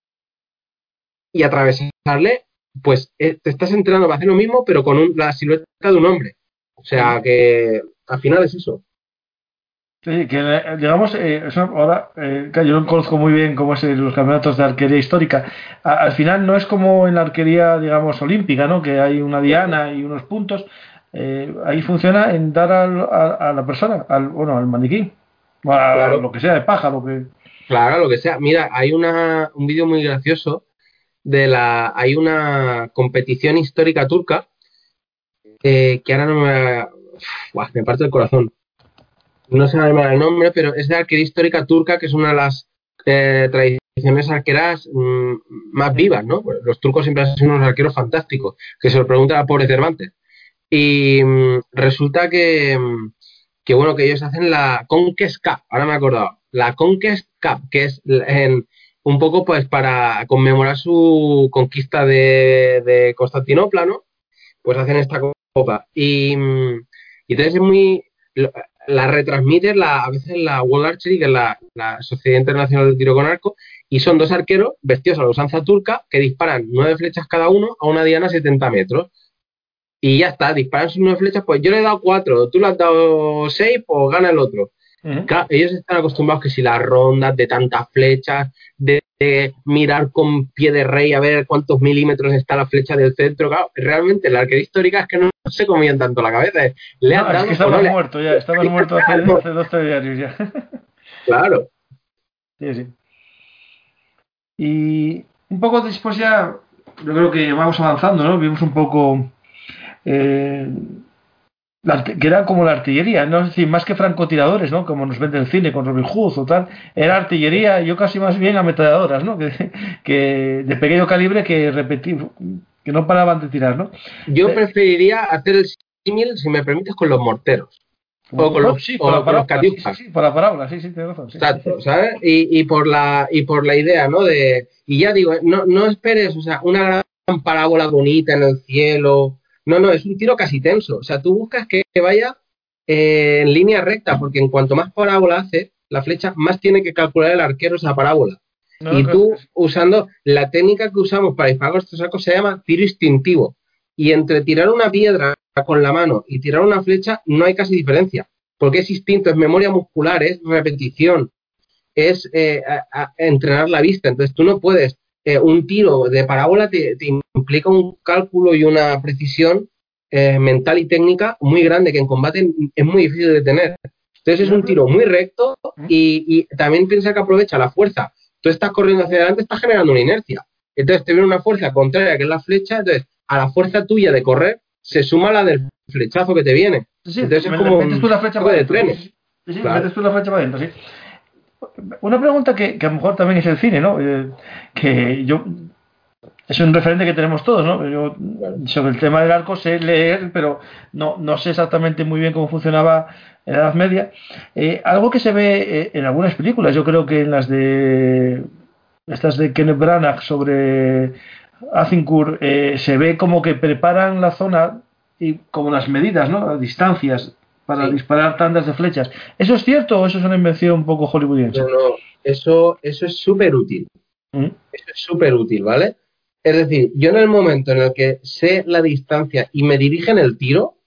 y atravesarle, pues te estás entrenando para hacer lo mismo, pero con la silueta de un hombre. O sea, que al final es eso. Sí, que digamos, ahora, claro, yo no conozco muy bien cómo es los campeonatos de arquería histórica. Al final no es como en la arquería, digamos, olímpica, ¿no? Que hay una diana y unos puntos. Ahí funciona en dar a la persona, bueno, al maniquí, o a Claro, lo que sea, de paja, lo que... claro, lo que sea. Mira, hay un vídeo muy gracioso hay una competición histórica turca que ahora no me parte el corazón. No sé el nombre, pero es de arquería histórica turca, que es una de las tradiciones arqueras más vivas, ¿no? Los turcos siempre han sido unos arqueros fantásticos, que se lo pregunta a pobre Cervantes. Y resulta que, bueno, que ellos hacen la Conquest Cup, ahora me he acordado, la Conquest Cup, que es un poco pues para conmemorar su conquista de Constantinopla, ¿no? Pues hacen esta copa. Y entonces es muy... La retransmite a veces la World Archery, que es la Sociedad Internacional de Tiro con Arco, y son dos arqueros vestidos a la usanza turca que disparan 9 flechas cada uno a una diana a 70 metros. Y ya está, disparan sus 9 flechas, pues yo le he dado 4, tú le has dado 6, pues gana el otro. Claro, ellos están acostumbrados que si las rondas de tantas flechas, de mirar con pie de rey a ver cuántos milímetros está la flecha del centro, claro, realmente la arquería histórica es que no se comían tanto la cabeza. Le has dado, es que estabas muerto ya, estabas muerto hace 2 diarios ya. Claro. Sí, sí. Y un poco después ya, yo creo que vamos avanzando, ¿no? Vimos un poco... que era como la artillería, ¿no? Es decir, más que francotiradores, ¿no? Como nos vende el cine con Robin Hood o tal, era artillería, yo casi más bien ametralladoras, ¿no? Que de pequeño calibre que no paraban de tirar, ¿no? Yo preferiría hacer el símil, si me permites, con los morteros. O con los catiuscas. Sí, para parábolas, sí, tienes razón. Sí. Exacto, ¿sabes? Y por la idea, ¿no? Y ya digo, no esperes, o sea, una gran parábola bonita en el cielo. No, es un tiro casi tenso. O sea, tú buscas que vaya en línea recta, porque en cuanto más parábola hace la flecha, más tiene que calcular el arquero esa parábola. Y tú, usando la técnica que usamos para disparar con estos arcos, se llama tiro instintivo. Y entre tirar una piedra con la mano y tirar una flecha, no hay casi diferencia. Porque es instinto, es memoria muscular, es repetición, es entrenar la vista. Entonces tú no puedes, un tiro de parábola te implica un cálculo y una precisión mental y técnica muy grande que en combate es muy difícil de tener. Entonces es un tiro muy recto y también piensa que aprovecha la fuerza. Tú estás corriendo hacia adelante, estás generando una inercia. Entonces te viene una fuerza contraria que es la flecha, entonces a la fuerza tuya de correr se suma la del flechazo que te viene. Sí, entonces es como metes tú la flecha para adentro. Sí, claro. Metes tú la flecha para adentro, sí. Una pregunta que a lo mejor también es el cine, ¿no? Que yo... Es un referente que tenemos todos, ¿no? Yo sobre el tema del arco sé leer, pero no sé exactamente muy bien cómo funcionaba en la Edad Media. Algo que se ve en algunas películas, yo creo que en las de... Estas de Kenneth Branagh sobre Azincourt, se ve como que preparan la zona y como las medidas, ¿no? Las distancias para disparar tandas de flechas. ¿Eso es cierto o eso es una invención un poco hollywoodiense? No, eso es súper útil. Eso es súper útil, ¿vale? Es decir, yo en el momento en el que sé la distancia y me dirigen el tiro,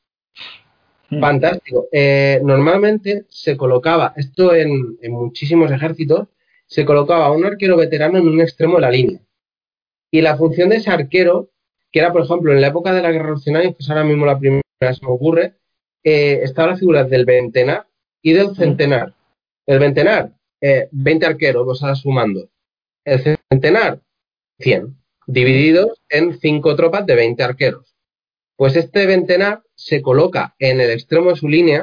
fantástico. Normalmente se colocaba, esto en muchísimos ejércitos, se colocaba un arquero veterano en un extremo de la línea. Y la función de ese arquero, que era, por ejemplo, en la época de la Guerra Revolucionaria, que es ahora mismo la primera que se me ocurre, estaba la figura del ventenar y del centenar. El ventenar, 20 arqueros, vos vas sumando. El centenar, 100, divididos en 5 tropas de 20 arqueros. Pues este ventenar se coloca en el extremo de su línea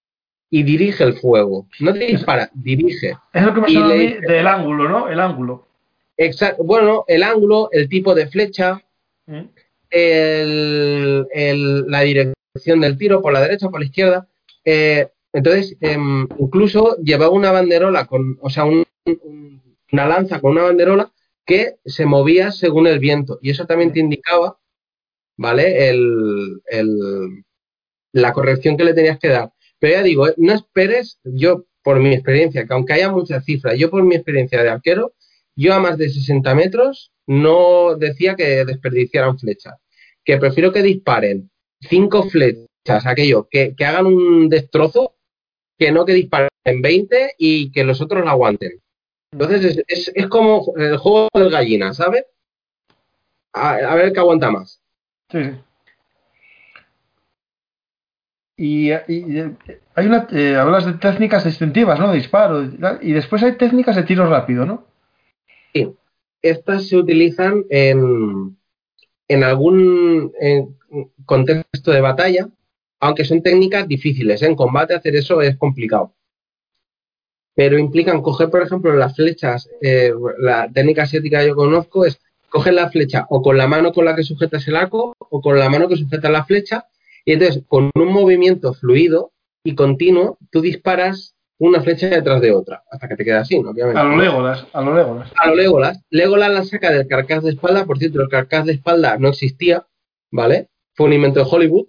y dirige el fuego. No te dispara, dirige. Es lo que me suena a mí del ángulo, ¿no? El ángulo. Exacto. Bueno, el ángulo, el tipo de flecha, la dirección del tiro, por la derecha o por la izquierda. Entonces, incluso llevaba una banderola una lanza con una banderola que se movía según el viento. Y eso también te indicaba, ¿vale? La corrección que le tenías que dar. Pero ya digo, no esperes, yo por mi experiencia, que aunque haya muchas cifras, yo por mi experiencia de arquero, yo a más de 60 metros no decía que desperdiciaran flechas. Que prefiero que disparen 5 flechas, aquello, que hagan un destrozo, que no que disparen 20 y que los otros la aguanten. Entonces es como el juego del gallina, ¿sabes? A ver qué aguanta más. Sí. Y hay hablas de técnicas distintivas, ¿no? De disparo. Y después hay técnicas de tiro rápido, ¿no? Sí. Estas se utilizan en algún contexto de batalla, aunque son técnicas difíciles. En combate hacer eso es complicado. Pero implican coger, por ejemplo, las flechas. La técnica asiática que yo conozco es coger la flecha o con la mano con la que sujetas el arco o con la mano que sujetas la flecha, y entonces con un movimiento fluido y continuo tú disparas una flecha detrás de otra hasta que te queda así, ¿no? Obviamente. A lo Legolas. A lo Legolas. Legolas la saca del carcaj de espalda. Por cierto, el carcaj de espalda no existía, ¿vale? Fue un invento de Hollywood.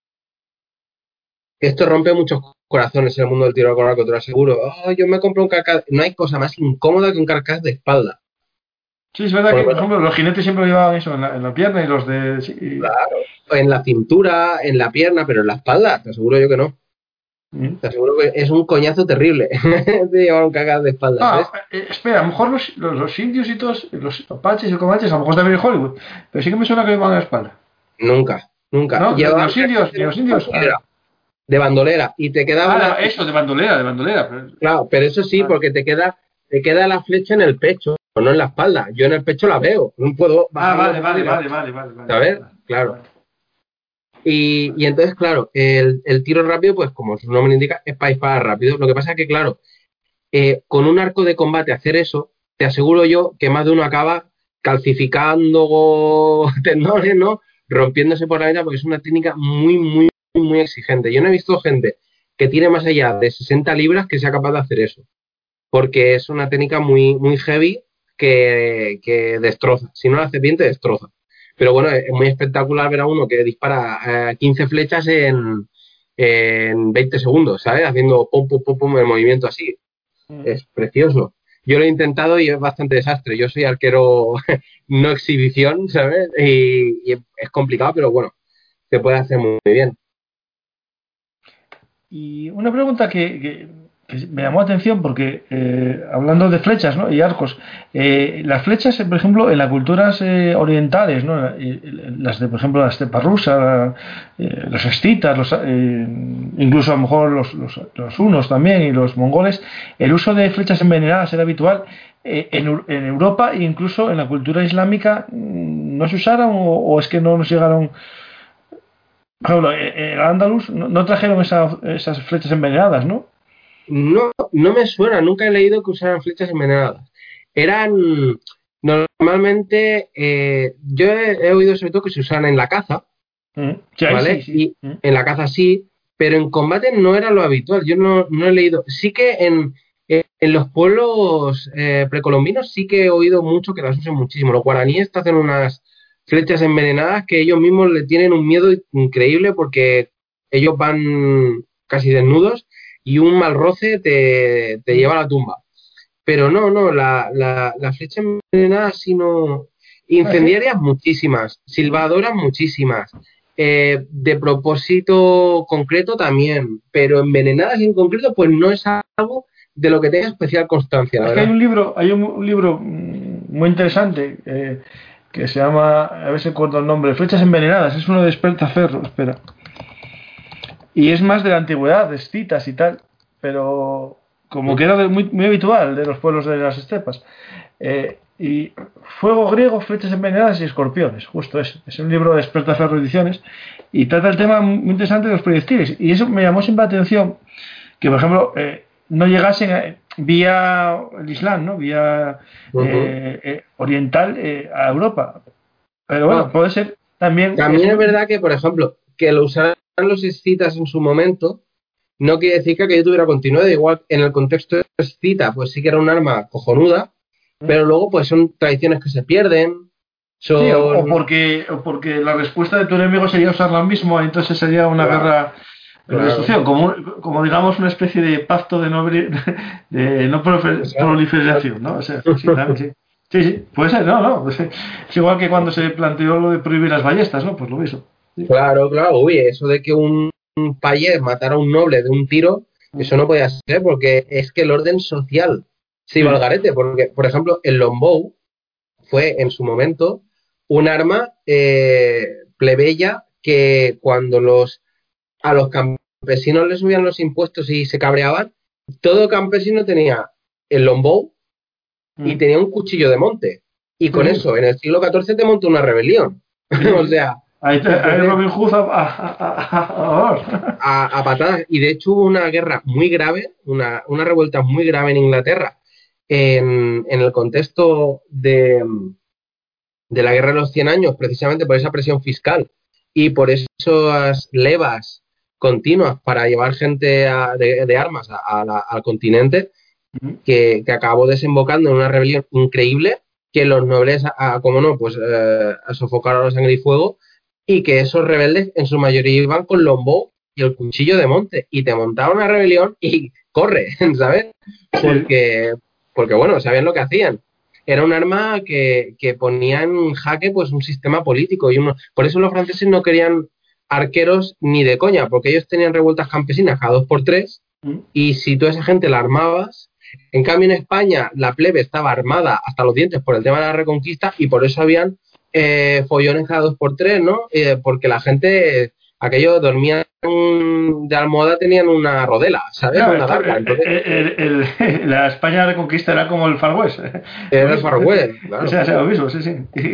Esto rompe muchos corazones en el mundo del tiro con arco, te lo aseguro. Oh, yo me compro un carcaj. No hay cosa más incómoda que un carcaj de espalda. Sí, es verdad que, por ejemplo, los jinetes siempre llevaban eso en la pierna y los de... Sí, claro, en la cintura, en la pierna, pero en la espalda, te aseguro yo que no. Te aseguro que es un coñazo terrible de llevar un carcaj de espalda. Espera, a lo mejor los indios y todos, los apaches y comanches, a lo mejor también en Hollywood, pero sí que me suena que llevan a la espalda. Nunca. ¿No? Los indios. De bandolera. Y te quedaba... eso, de bandolera. Claro, pero eso sí, porque te queda la flecha en el pecho, no en la espalda. Yo en el pecho la veo. No puedo bajar. Vale. ¿Sabes? Claro. Vale. Y entonces, claro, el tiro rápido, pues como su nombre indica, es para disparar rápido. Lo que pasa es que, claro, con un arco de combate hacer eso, te aseguro yo que más de uno acaba calcificando tendones, ¿no? Rompiéndose por la vida, porque es una técnica muy exigente. Yo no he visto gente que tire más allá de 60 libras que sea capaz de hacer eso, porque es una técnica muy heavy que destroza. Si no lo haces bien, te destroza. Pero bueno, es muy espectacular ver a uno que dispara 15 flechas en 20 segundos, ¿sabes? Haciendo pum, el movimiento así. Es precioso. Yo lo he intentado y es bastante desastre. Yo soy arquero no exhibición, ¿sabes? Y es complicado, pero bueno, se puede hacer muy bien. Y una pregunta que me llamó la atención porque hablando de flechas, ¿no? Y arcos, las flechas, por ejemplo, en las culturas orientales, ¿no? Las de, por ejemplo, la estepa rusa, los escitas, incluso a lo mejor los hunos también y los mongoles, el uso de flechas envenenadas era habitual. En Europa e incluso en la cultura islámica no se usaron o es que no nos llegaron. Por ejemplo, en Andalus no trajeron esas flechas envenenadas, ¿no? No me suena, nunca he leído que usaran flechas envenenadas. Eran normalmente, yo he oído sobre todo que se usaban en la caza, ¿vale? Sí. Y en la caza sí, pero en combate no era lo habitual. Yo no he leído. Sí que en los pueblos precolombinos sí que he oído mucho que las usan muchísimo. Los guaraníes te hacen unas flechas envenenadas que ellos mismos le tienen un miedo increíble porque ellos van casi desnudos y un mal roce te lleva a la tumba. Pero no, la flecha envenenada sí no... Incendiarias muchísimas, silbadoras muchísimas, de propósito concreto también, pero envenenadas en concreto pues no es algo de lo que tenga especial constancia. Es que hay un libro muy interesante que se llama, a ver si encuentro el nombre, Flechas envenenadas, es uno de Espertaferro, espera. Y es más de la antigüedad, de escitas y tal, pero como que era muy habitual de los pueblos de las estepas. Y Fuego griego, flechas envenenadas y escorpiones, justo eso. Es un libro de Espertaferro Ediciones y trata el tema muy interesante de los proyectiles. Y eso me llamó siempre la atención, que por ejemplo no llegasen vía el Islam, ¿no? Vía oriental a Europa. Pero bueno, puede ser también... También es verdad que, por ejemplo, que lo usaran los escitas en su momento, no quiere decir que aquello tuviera continuidad. Igual en el contexto de Cita, pues sí que era un arma cojonuda, pero luego pues son tradiciones que se pierden. Son... Sí, o porque la respuesta de tu enemigo sería usar la misma, entonces sería una guerra de destrucción, como digamos una especie de pacto de no proliferación, ¿no? O sea, sí, también, sí. Sí, puede ser, no. Es igual que cuando se planteó lo de prohibir las ballestas, ¿no? Pues lo mismo. Sí. Claro, uy, eso de que un payés matara a un noble de un tiro, eso no podía ser, porque es que el orden social se iba al garete, porque, por ejemplo, el longbow fue en su momento un arma plebeya que cuando a los campesinos les subían los impuestos y se cabreaban, todo campesino tenía el longbow y tenía un cuchillo de monte. Y con eso, en el siglo XIV te montó una rebelión. O sea... Ahí Robin Hood a patadas. Y de hecho hubo una guerra muy grave, una revuelta muy grave en Inglaterra, en el contexto de la Guerra de los 100 años, precisamente por esa presión fiscal y por esas levas continuas para llevar gente de armas al continente, que acabó desembocando en una rebelión increíble, que los nobles, como no, pues sofocaron a sangre y fuego, y que esos rebeldes en su mayoría iban con longbow y el cuchillo de monte, y te montaba una rebelión y corre, ¿sabes? Porque bueno, sabían lo que hacían. Era un arma que ponía en jaque pues un sistema político. Por eso los franceses no querían arqueros ni de coña, porque ellos tenían revueltas campesinas cada 2x3, y si tú a esa gente la armabas, en cambio en España la plebe estaba armada hasta los dientes por el tema de la Reconquista, y por eso habían follones cada 2x3, ¿no? Porque la gente, aquello dormían de almohada, tenían una rodela, ¿sabes? Claro, una daga. Entonces, la España Reconquista era como el Far West. Era el Far West, claro. O sea, lo mismo, sí.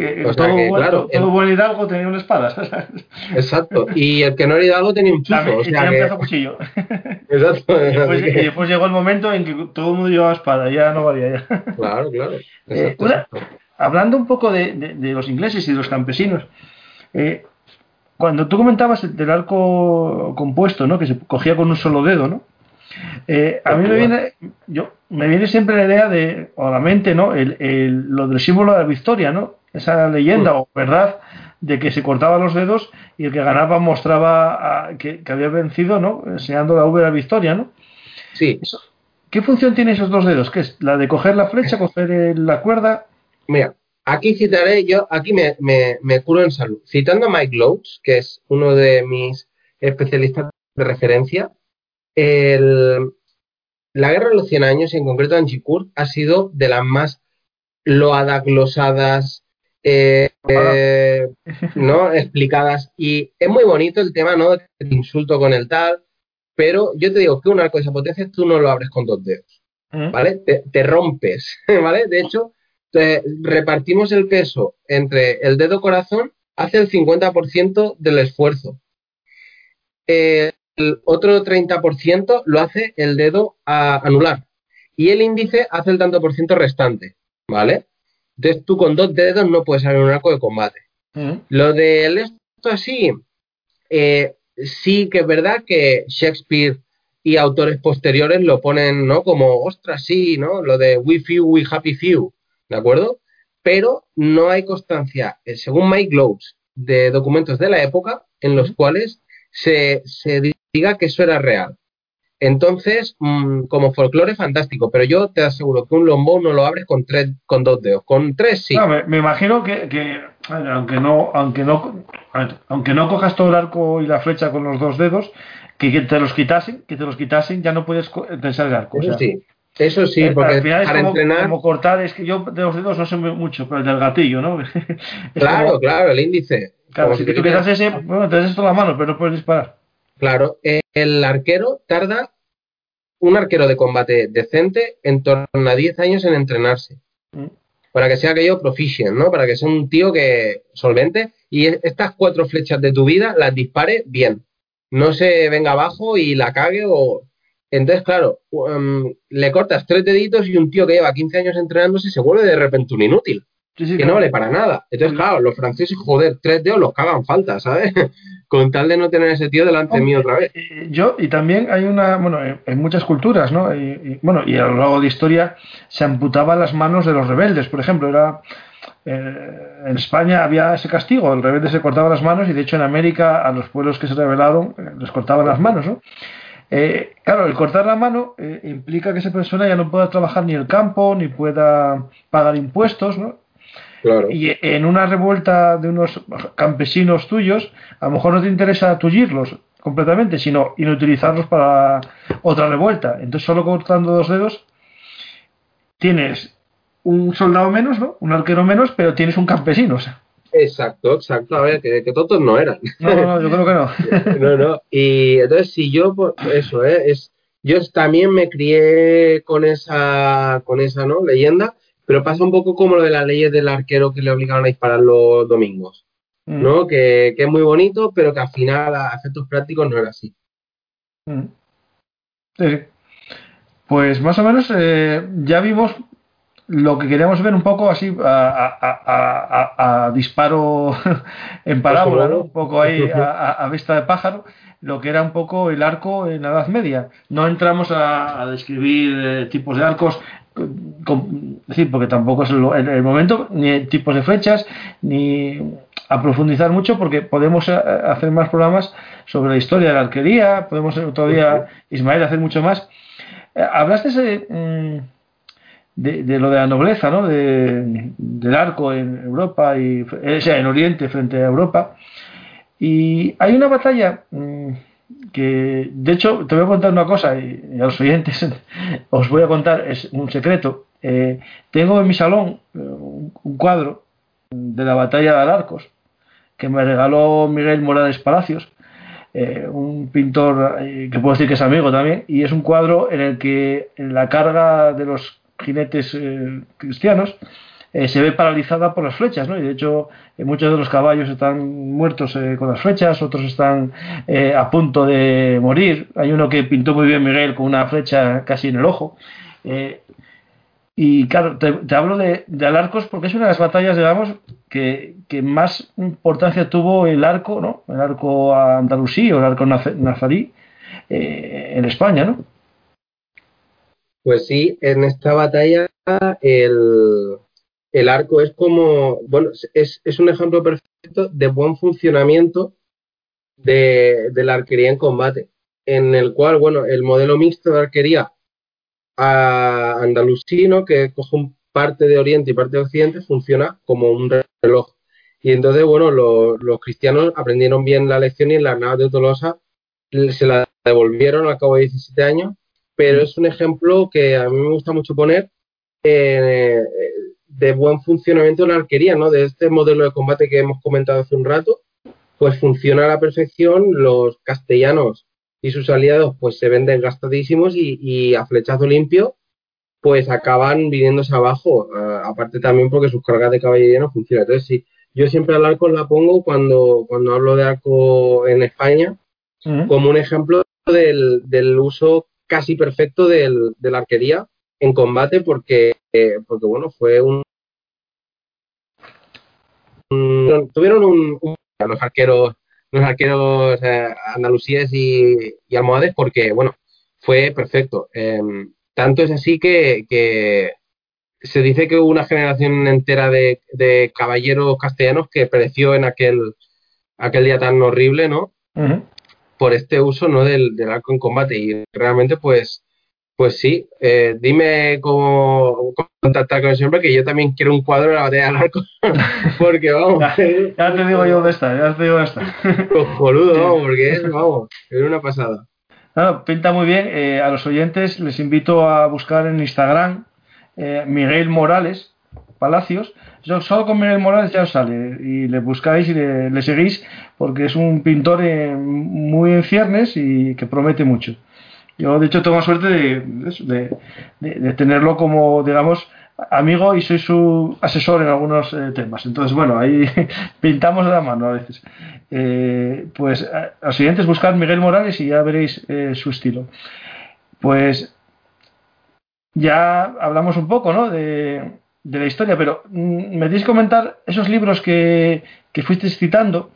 Todo buen hidalgo tenía una espada. Exacto. Y el que no era hidalgo tenía un chuzo. Y tenía un pedazo cuchillo. Exacto. Y después llegó el momento en que todo el mundo llevaba espada, ya no valía ya. Claro. Exacto. Hablando un poco de los ingleses y de los campesinos, cuando tú comentabas del arco compuesto, ¿no? Que se cogía con un solo dedo, ¿no? A mí me viene siempre la idea o a la mente, ¿no? Lo del símbolo de la victoria, ¿no? Esa leyenda o verdad de que se cortaba los dedos y el que ganaba mostraba que había vencido, ¿no? Enseñando la V de la victoria, ¿no? Sí. ¿Qué función tiene esos dos dedos? ¿Qué es? ¿La de coger la flecha, coger la cuerda? Mira, aquí me curo en salud. Citando a Mike Lowes, que es uno de mis especialistas de referencia, la Guerra de los 100 años, y en concreto Agincourt, ha sido de las más loadas, glosadas, ¿no? Explicadas. Y es muy bonito el tema, ¿no? Te insulto con el tal, pero yo te digo que un arco de esa potencia tú no lo abres con 2 dedos, ¿vale? Te rompes, ¿vale? De hecho, repartimos el peso entre el dedo corazón, hace el 50% del esfuerzo. El otro 30% lo hace el dedo anular, y el índice hace el tanto por ciento restante, ¿vale? Entonces tú con 2 dedos no puedes abrir un arco de combate. Lo de esto así, sí que es verdad que Shakespeare y autores posteriores lo ponen, ¿no? Como, ostras, sí, ¿no? Lo de we few, we happy few, ¿de acuerdo? Pero no hay constancia, según Mike Lowes, de documentos de la época en los cuales se diga que eso era real. Entonces, como folclore, fantástico, pero yo te aseguro que un longbow no lo abres con 2 dedos, con 3 sí. No, me imagino que aunque no cojas todo el arco y la flecha con los 2 dedos, que te los quitasen, ya no puedes tensar el arco. Eso sí, porque al final es para entrenar... como cortar, es que yo de los dedos no sé mucho, pero el del gatillo, ¿no? Claro, el índice. Claro, si tú quitas ese, bueno, te das toda la mano, pero no puedes disparar. Claro, el arquero tarda, un arquero de combate decente, en torno a 10 años en entrenarse. Para que sea aquello proficient, ¿no? Para que sea un tío que solvente y estas 4 flechas de tu vida las dispare bien. No se venga abajo y la cague o... Entonces, claro, le cortas 3 deditos y un tío que lleva 15 años entrenándose se vuelve de repente un inútil. Que no vale para nada. Entonces, claro, los franceses, joder, 3 dedos los cagan falta, ¿sabes? con tal de no tener ese tío delante mío otra vez. Y también hay bueno, en muchas culturas, ¿no? Y a lo largo de la historia se amputaban las manos de los rebeldes, por ejemplo, en España había ese castigo, el rebelde se cortaba las manos y de hecho en América a los pueblos que se rebelaron les cortaban las manos, ¿no? Claro, el cortar la mano implica que esa persona ya no pueda trabajar ni el campo, ni pueda pagar impuestos, ¿no? Claro. Y en una revuelta de unos campesinos tuyos, a lo mejor no te interesa tullirlos completamente, sino inutilizarlos para otra revuelta. Entonces, solo cortando 2 dedos, tienes un soldado menos, ¿no? Un arquero menos, pero tienes un campesino. O sea. Exacto. A ver, que tontos no eran. No, yo creo que no. No. Y entonces, si yo, eso, yo también me crié con esa, ¿no? Leyenda, pero pasa un poco como lo de las leyes del arquero que le obligaron a disparar los domingos, ¿no? Que es muy bonito, pero que al final, a efectos prácticos, no era así. Sí. Pues más o menos ya vimos lo que queríamos ver un poco así a disparo en parábola, ¿no? Un poco ahí a vista de pájaro, lo que era un poco el arco en la Edad Media. No entramos a describir tipos de arcos, decir, porque tampoco es el momento, ni tipos de flechas, ni a profundizar mucho, porque podemos hacer más programas sobre la historia de la arquería, podemos otro día, Ismael, hacer mucho más. Hablaste de lo de la nobleza, ¿no? Del arco en Europa o sea, en Oriente frente a Europa. Y hay una batalla que, de hecho, te voy a contar una cosa y a los oyentes os voy a contar, es un secreto. Tengo en mi salón un cuadro de la batalla de Alarcos que me regaló Miguel Morales Palacios. Un pintor que puedo decir que es amigo también, y es un cuadro en el que la carga de los jinetes cristianos se ve paralizada por las flechas, ¿no? Y de hecho muchos de los caballos están muertos con las flechas, otros están a punto de morir. Hay uno que pintó muy bien Miguel con una flecha casi en el ojo. Y claro, te hablo de Alarcos porque es una de las batallas, digamos, que más importancia tuvo el arco, ¿no? El arco andalusí o el arco nazarí en España, ¿no? Pues sí, en esta batalla el arco es como, bueno, es un ejemplo perfecto de buen funcionamiento de la arquería en combate, en el cual, bueno, el modelo mixto de arquería andalusino, que coge parte de Oriente y parte de Occidente, funciona como un reloj. Y entonces, bueno, los cristianos aprendieron bien la lección y en las naves de Tolosa se la devolvieron al cabo de 17 años, pero es un ejemplo que a mí me gusta mucho poner de buen funcionamiento de la arquería, ¿no? De este modelo de combate que hemos comentado hace un rato, pues funciona a la perfección. Los castellanos y sus aliados pues se ven desgastadísimos y a flechazo limpio pues acaban viniéndose abajo, aparte también porque sus cargas de caballería no funcionan. Entonces sí, yo siempre al arco la pongo cuando hablo de arco en España como un ejemplo del uso casi perfecto de la arquería en combate porque bueno, fue tuvieron los arqueros andalusíes y almohades porque, bueno, fue perfecto. Tanto es así que se dice que hubo una generación entera de caballeros castellanos que pereció en aquel día tan horrible, ¿no? Por este uso, ¿no? del arco en combate. Y realmente, pues sí, dime cómo contactar con ese hombre, que yo también quiero un cuadro de la batalla del arco, porque vamos. ya te digo yo dónde está, Cojonudo, vamos, porque es una pasada. Claro, pinta muy bien. A los oyentes les invito a buscar en Instagram Miguel Morales Palacios. Solo con Miguel Morales ya os sale y le buscáis y le seguís porque es un pintor muy en ciernes y que promete mucho. Yo, de hecho, tengo la suerte de tenerlo como, digamos, amigo y soy su asesor en algunos temas. Entonces, bueno, ahí pintamos de la mano a veces. Pues a los siguientes buscad Miguel Morales y ya veréis su estilo. Pues ya hablamos un poco, ¿no? de la historia, pero me tenéis que comentar esos libros que fuisteis citando.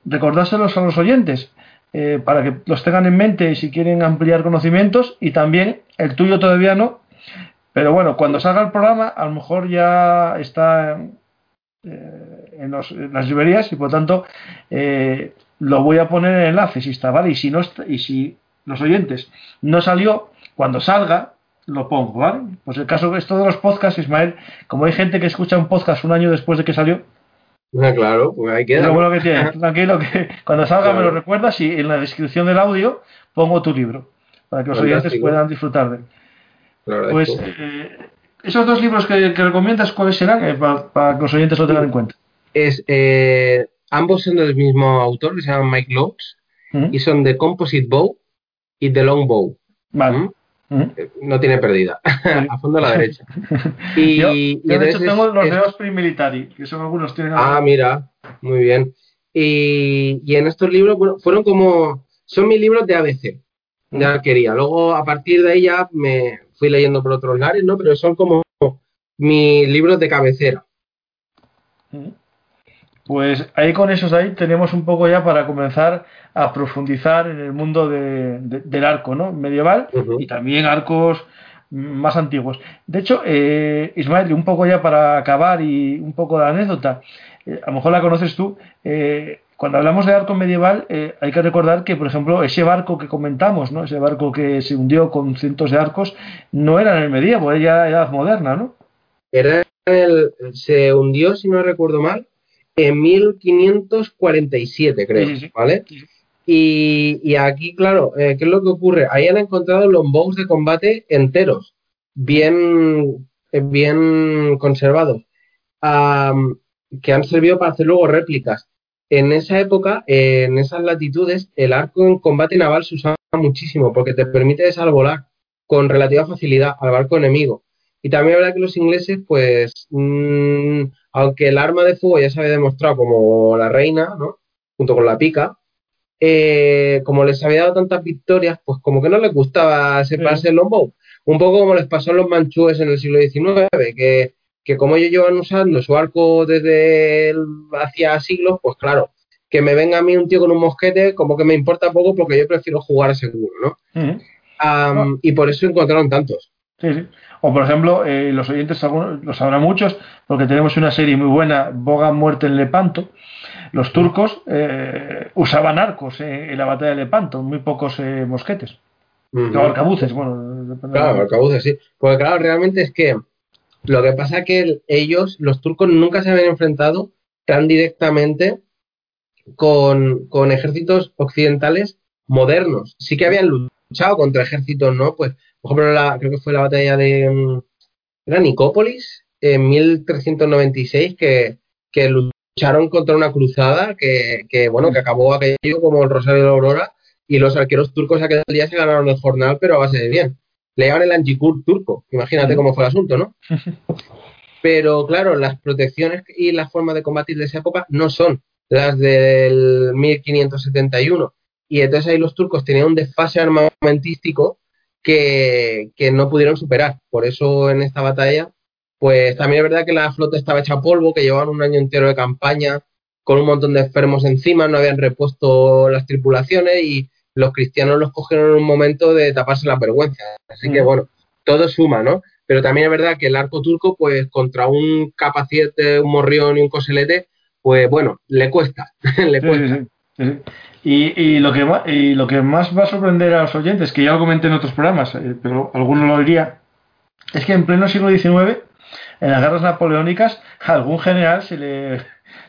recordárselos a los oyentes para que los tengan en mente y si quieren ampliar conocimientos, y también el tuyo todavía no, pero bueno, cuando salga el programa a lo mejor ya está en las librerías y por tanto lo voy a poner en el enlace si está, ¿vale? Y si no está, y si los oyentes no salió, cuando salga lo pongo, ¿vale? Pues el caso esto de los podcasts, Ismael, como hay gente que escucha un podcast un año después de que salió, Claro, pues ahí queda. lo bueno que tiene, tranquilo, que cuando salga claro, me lo recuerdas y en la descripción del audio pongo tu libro para que los oyentes puedan disfrutar de él. Pues esos dos libros que recomiendas, ¿cuáles serán? Para que los oyentes lo tengan en cuenta. Ambos son del mismo autor, que se llama Mike Lotz, y son The Composite Bow y The Long Bow. Vale. No tiene pérdida, a fondo a la derecha. Yo de hecho tengo los de Osprey Military, que son algunos tienen. Mira, muy bien. Y en estos libros, bueno, son mis libros de ABC, de arquería. Luego, a partir de ahí ya me fui leyendo por otros lares, ¿no? Pero son como mis libros de cabecera. Pues ahí con esos ahí tenemos un poco ya para comenzar a profundizar en el mundo del arco, ¿no? Medieval y también arcos más antiguos. De hecho, Ismael, un poco ya para acabar y un poco de anécdota, a lo mejor la conoces tú, cuando hablamos de arco medieval hay que recordar que, por ejemplo, ese barco que comentamos, ¿no? Ese barco que se hundió con cientos de arcos, no era en el medievo, era edad moderna, ¿no? Se hundió, si no recuerdo mal, en 1547, creo, sí. ¿Vale? Y aquí, claro, ¿qué es lo que ocurre? Ahí han encontrado longbows de combate enteros, bien conservados, que han servido para hacer luego réplicas. En esa época, en esas latitudes, el arco en combate naval se usaba muchísimo porque te permite desarbolar con relativa facilidad al barco enemigo. Y también es verdad que los ingleses, pues, aunque el arma de fuego ya se había demostrado como la reina, ¿no? Junto con la pica, como les había dado tantas victorias, pues como que no les gustaba separarse el longbow. Un poco como les pasó a los manchúes en el siglo XIX, que como ellos llevan usando su arco desde hacía siglos, pues claro, que me venga a mí un tío con un mosquete, como que me importa poco porque yo prefiero jugar seguro, ¿no? Y por eso encontraron tantos. Sí, sí. O por ejemplo, los oyentes lo sabrán muchos, porque tenemos una serie muy buena, Boga Muerte en Lepanto. Los turcos usaban arcos en la batalla de Lepanto, muy pocos mosquetes. O arcabuces, bueno. Claro, arcabuces, sí. Porque claro, realmente es que lo que pasa es que los turcos, nunca se habían enfrentado tan directamente con ejércitos occidentales modernos. Sí que habían luchado contra ejércitos, ¿no? Pues, por ejemplo, creo que fue la batalla de ¿era Nicópolis? En 1396, que lucharon contra una cruzada que acabó aquello como el Rosario de la Aurora, y los arqueros turcos aquel día se ganaron el jornal, pero a base de bien. Le llaman el Angikur turco, imagínate cómo fue el asunto, ¿no? Pero claro, las protecciones y las formas de combatir de esa época no son las del 1571, y entonces ahí los turcos tenían un desfase armamentístico que no pudieron superar. Por eso en esta batalla, pues también es verdad que la flota estaba hecha polvo, que llevaban un año entero de campaña con un montón de enfermos encima, no habían repuesto las tripulaciones y los cristianos los cogieron en un momento de taparse la vergüenza. Así que bueno, todo suma, ¿no? Pero también es verdad que el arco turco, pues contra un capaciete, un morrión y un coselete, pues bueno, le cuesta, le cuesta. Sí. Y lo que más va a sorprender a los oyentes, que ya lo comenté en otros programas, pero alguno lo diría, es que en pleno siglo XIX, en las guerras napoleónicas, a algún general se le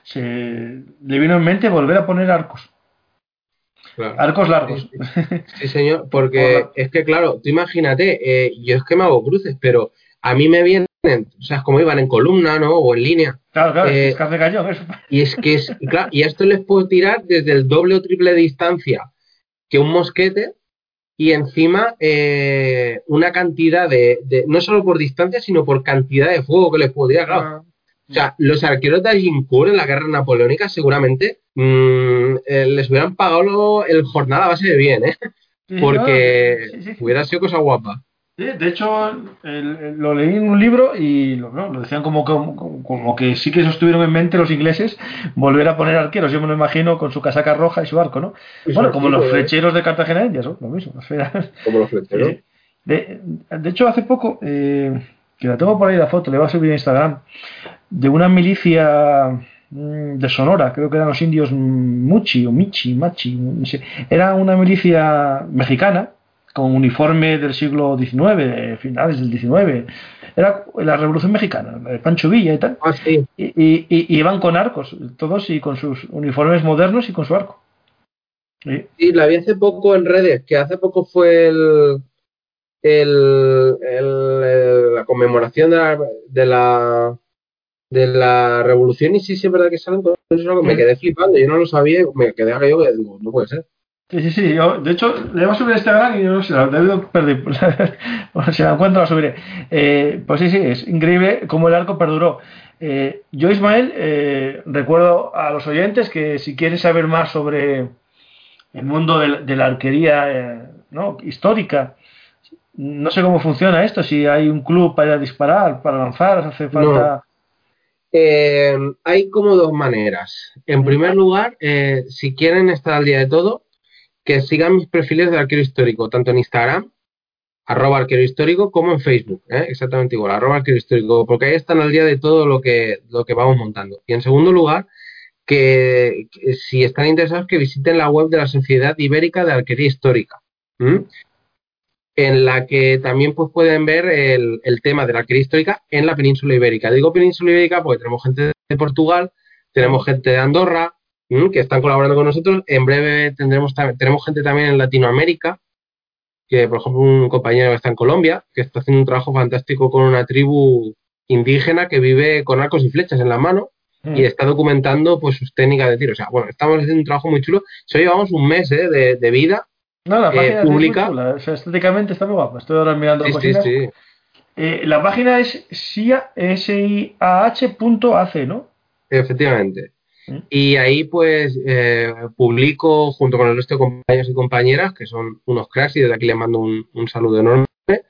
vino en mente volver a poner arcos. Claro. Arcos largos. Sí, señor, porque es que, claro, tú imagínate, yo es que me hago cruces, pero a mí me vienen, o sea, es como iban en columna, ¿no? O en línea. Claro, es que hace cañón eso. Y es que claro, y a esto les puedo tirar desde el doble o triple de distancia que un mosquete, y encima una cantidad de no solo por distancia, sino por cantidad de fuego que les puedo tirar, claro. O sea, los arqueros de Agincourt en la guerra napoleónica seguramente les hubieran pagado el jornal a base de bien, ¿eh? Porque hubiera sido cosa guapa. Sí, de hecho, lo leí en un libro y lo decían como que sí que eso tuvieron en mente los ingleses, volver a poner arqueros. Yo me lo imagino con su casaca roja y su arco, ¿no? Y su Bueno, como los arquito, ¿eh? flecheros de Cartagena India, son lo mismo. Al final. Como los Sí, flecheros. sí. De hecho, hace poco, que la tengo por ahí la foto, le voy a subir a Instagram, de una milicia de Sonora, creo que eran los indios Muchi o Michi, Machi, no sé. Era una milicia mexicana con uniforme del siglo XIX, finales del XIX. Era la Revolución Mexicana, de Pancho Villa y tal. Ah, sí. Y iban con arcos, todos y con sus uniformes modernos y con su arco. Sí. Sí, la vi hace poco en redes, que hace poco fue la conmemoración de la revolución y sí, sí es verdad que salen con eso, me quedé flipando, yo no lo sabía, me quedé aquello que digo, no puede ser. Sí, sí, sí. Yo, de hecho, le voy a subir a Instagram y yo no sé, la he perdido. Si la encuentro, la subiré. Pues sí, sí, es increíble cómo el arco perduró. Yo, Ismael, recuerdo a los oyentes que si quieren saber más sobre el mundo de la arquería ¿no? histórica, no sé cómo funciona esto, si hay un club para ir a disparar, para lanzar, hace No, falta... hay como dos maneras. En Mm, primer lugar, si quieren estar al día de todo, que sigan mis perfiles de arquero histórico, tanto en Instagram, @arquerohistórico, como en Facebook, exactamente igual, @arquerohistórico, porque ahí están al día de todo lo que vamos montando. Y en segundo lugar, que si están interesados, que visiten la web de la Sociedad Ibérica de Arquería Histórica, mm, en la que también pues, pueden ver el tema de la arquería histórica en la península ibérica. Digo península ibérica porque tenemos gente de Portugal, mm. tenemos gente de Andorra, que están colaborando con nosotros. En breve tenemos gente también en Latinoamérica, que por ejemplo un compañero que está en Colombia, que está haciendo un trabajo fantástico con una tribu indígena que vive con arcos y flechas en la mano y Mm. está documentando pues sus técnicas de tiro. O sea, bueno, estamos haciendo un trabajo muy chulo. Solo llevamos un mes de vida No, la página es muy pública. chula, o sea, estéticamente está muy guapa. Estoy ahora mirando Sí, sí, cositas. sí. La página es siah.ac, ¿no? Efectivamente. Mm. Y ahí pues publico junto con el resto de compañeros y compañeras, que son unos cracks y desde aquí les mando un saludo enorme.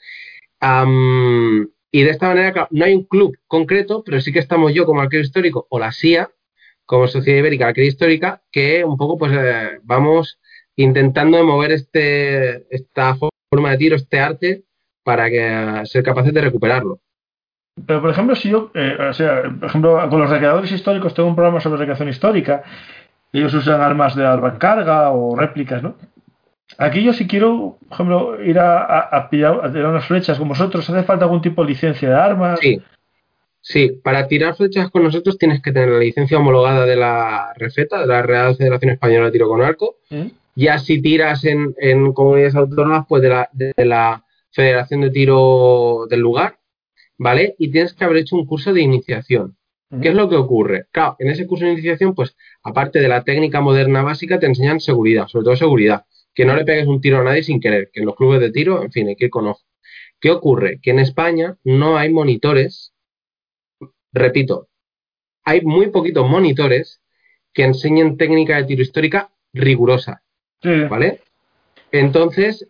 Y de esta manera, claro, no hay un club concreto, pero sí que estamos yo como arquero histórico o la SIA, como Sociedad Ibérica de Arquería Histórica, que un poco pues vamos intentando de mover esta forma de tiro, este arte, para que ser capaces de recuperarlo. Pero, por ejemplo, si yo, o sea, por ejemplo, con los recreadores históricos tengo un programa sobre recreación histórica. Ellos usan armas de arma carga o réplicas, ¿no? Aquí yo si quiero, por ejemplo, ir a pillar, a tirar unas flechas con vosotros, ¿hace falta algún tipo de licencia de armas? Sí, sí, para tirar flechas con nosotros tienes que tener la licencia homologada de la REFETA, de la Real Federación Española de Tiro con Arco. ¿Mm? Ya si tiras en comunidades autónomas, pues de la Federación de Tiro del lugar, ¿vale? Y tienes que haber hecho un curso de iniciación. ¿Qué ¿Mm? es lo que ocurre? Claro, en ese curso de iniciación, pues, aparte de la técnica moderna básica, te enseñan seguridad, sobre todo seguridad. Que no le pegues un tiro a nadie sin querer, que en los clubes de tiro, en fin, hay que ir con ojo. ¿Qué ocurre? Que en España no hay monitores, repito, hay muy poquitos monitores que enseñen técnica de tiro histórica rigurosa, Sí. ¿vale? Entonces,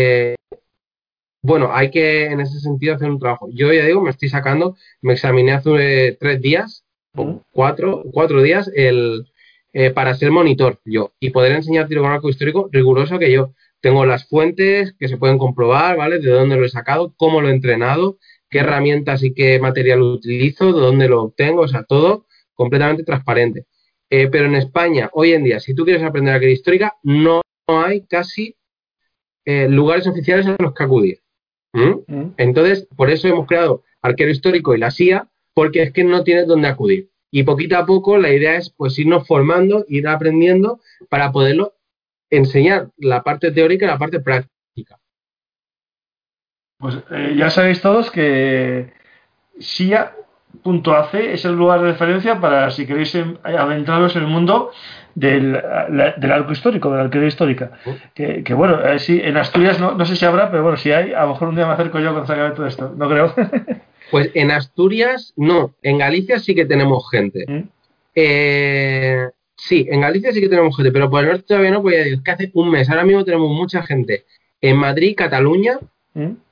bueno, hay que en ese sentido hacer un trabajo. Yo ya digo, me estoy sacando, me examiné hace 3 días ¿Mm? o cuatro días para ser monitor yo y poder enseñar tiro con arco histórico riguroso, que yo tengo las fuentes que se pueden comprobar, ¿vale? De dónde lo he sacado, cómo lo he entrenado, qué ¿Mm? herramientas y qué material utilizo, de dónde lo obtengo, o sea, todo completamente transparente. Pero en España, hoy en día, si tú quieres aprender arquería histórica, no hay casi lugares oficiales a los que acudir. ¿Mm? ¿Mm? Entonces, por eso hemos creado Arquero Histórico y la SIA, porque es que no tienes dónde acudir. Y poquito a poco la idea es pues irnos formando, ir aprendiendo para poderlo enseñar la parte teórica y la parte práctica. Pues ya sabéis todos que SIA.ac es el lugar de referencia para si queréis adentraros en el mundo del arco histórico, de la arquería histórica. ¿Mm? Que bueno, sí, en Asturias no sé si habrá, pero bueno, si hay, a lo mejor un día me acerco yo cuando se acabe todo esto. No creo. Pues en Asturias no, en Galicia sí que tenemos gente. ¿Mm? Sí, en Galicia sí que tenemos gente, pero por el norte todavía no, pues ya digo, es que hace un mes, ahora mismo tenemos mucha gente en Madrid, Cataluña, ¿Mm?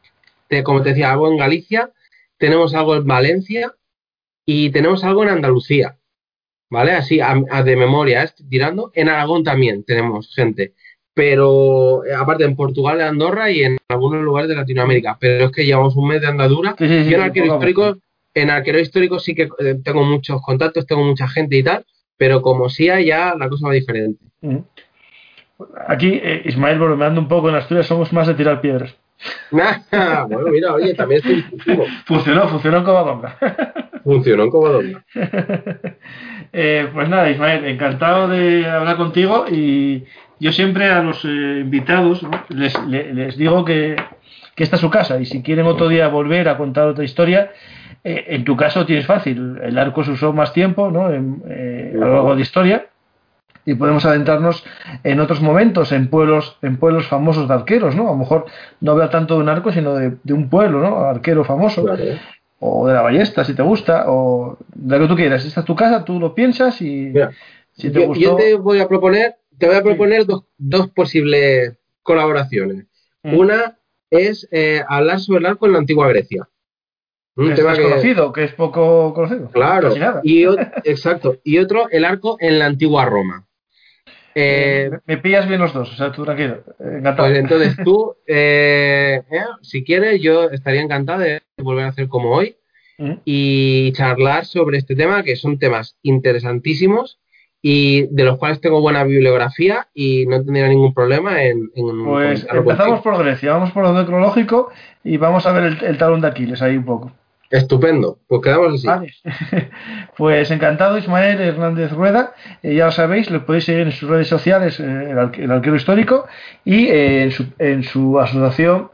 como te decía, algo en Galicia, tenemos algo en Valencia y tenemos algo en Andalucía, ¿vale? Así, de memoria, estoy tirando. En Aragón también tenemos gente, pero aparte en Portugal, en Andorra y en algunos lugares de Latinoamérica. Pero es que llevamos un mes de andadura. Sí, sí, sí, Yo sí, poco a poco. en arquero histórico sí que tengo muchos contactos, tengo mucha gente y tal, pero como SIA ya la cosa va diferente. Aquí, Ismael, bromeando un poco, en Asturias somos más de tirar piedras. Bueno, mira, oye, también es intuitivo. Funcionó en Covadonga. Funcionó en Covadonga. Pues nada, Ismael, encantado de hablar contigo, y yo siempre a los invitados, ¿no?, les digo que esta es su casa, y si quieren otro día volver a contar otra historia, en tu caso tienes fácil, el arco se usó más tiempo, ¿no?, a lo largo de historia, y podemos adentrarnos en otros momentos, en pueblos famosos de arqueros, ¿no? A lo mejor no habla tanto de un arco, sino de un pueblo, ¿no?, arquero famoso. Claro. O de la ballesta, si te gusta, o de lo que tú quieras. Esta es tu casa, tú lo piensas, y Mira, si te gustó... yo te voy a proponer dos posibles colaboraciones. Una es hablar sobre el arco en la antigua Grecia. Un Es tema desconocido, que es poco conocido. Claro, Casi nada. exacto. Y otro, el arco en la antigua Roma. Me pillas bien los dos, o sea, tú tranquilo. Encantado. Pues entonces tú, si quieres, yo estaría encantado de volver a hacer como hoy y charlar sobre este tema, que son temas interesantísimos y de los cuales tengo buena bibliografía y no tendría ningún problema en Pues comentarlo empezamos contigo. por Grecia, vamos por orden cronológico y vamos a ver el talón de Aquiles ahí un poco. Estupendo, pues quedamos así. Vale. Pues encantado, Ismael Hernández Rueda. Ya lo sabéis, lo podéis seguir en sus redes sociales, el Arquero Histórico, y en su asociación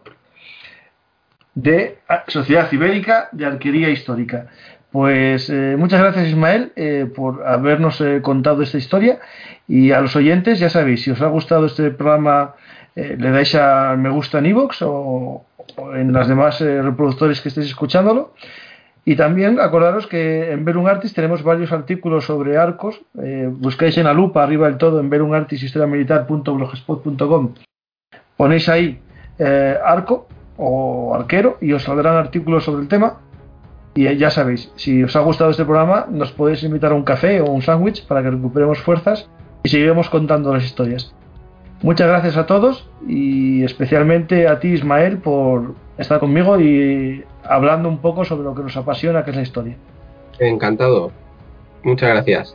de Sociedad Ibérica de Arquería Histórica. Pues muchas gracias, Ismael, por habernos contado esta historia, y a los oyentes, ya sabéis, si os ha gustado este programa, le dais a me gusta en iVoox o en las demás reproductores que estéis escuchándolo. Y también acordaros que en Verum Artis tenemos varios artículos sobre arcos. Buscáis en la lupa arriba del todo en verunartishistoriamilitar.blogspot.com, ponéis ahí arco o arquero y os saldrán artículos sobre el tema. Y ya sabéis, si os ha gustado este programa, nos podéis invitar a un café o un sándwich para que recuperemos fuerzas y seguiremos contando las historias. Muchas gracias a todos, y especialmente a ti, Ismael, por estar conmigo y hablando un poco sobre lo que nos apasiona, que es la historia. Encantado. Muchas gracias.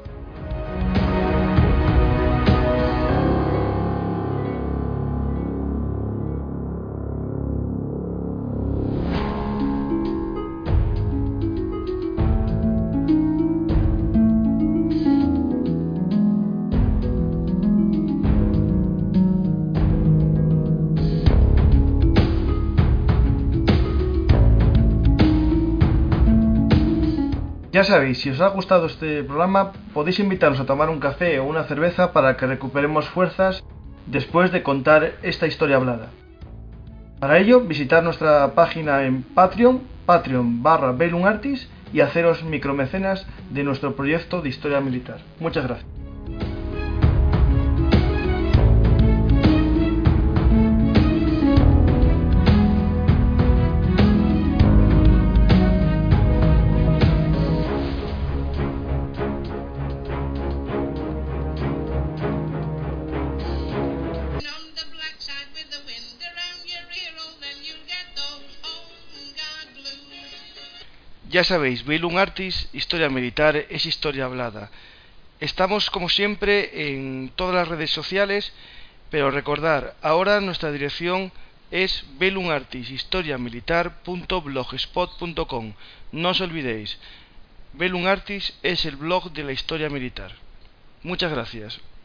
Ya sabéis, si os ha gustado este programa, podéis invitarnos a tomar un café o una cerveza para que recuperemos fuerzas después de contar esta historia hablada. Para ello, visitar nuestra página en Patreon, patreon.com/VelumArtis, y haceros micromecenas de nuestro proyecto de historia militar. Muchas gracias. Ya sabéis, Velum Artis, historia militar es historia hablada. Estamos como siempre en todas las redes sociales, pero recordar, ahora nuestra dirección es velumartishistoriamilitar.blogspot.com. No os olvidéis, Velum Artis es el blog de la historia militar. Muchas gracias.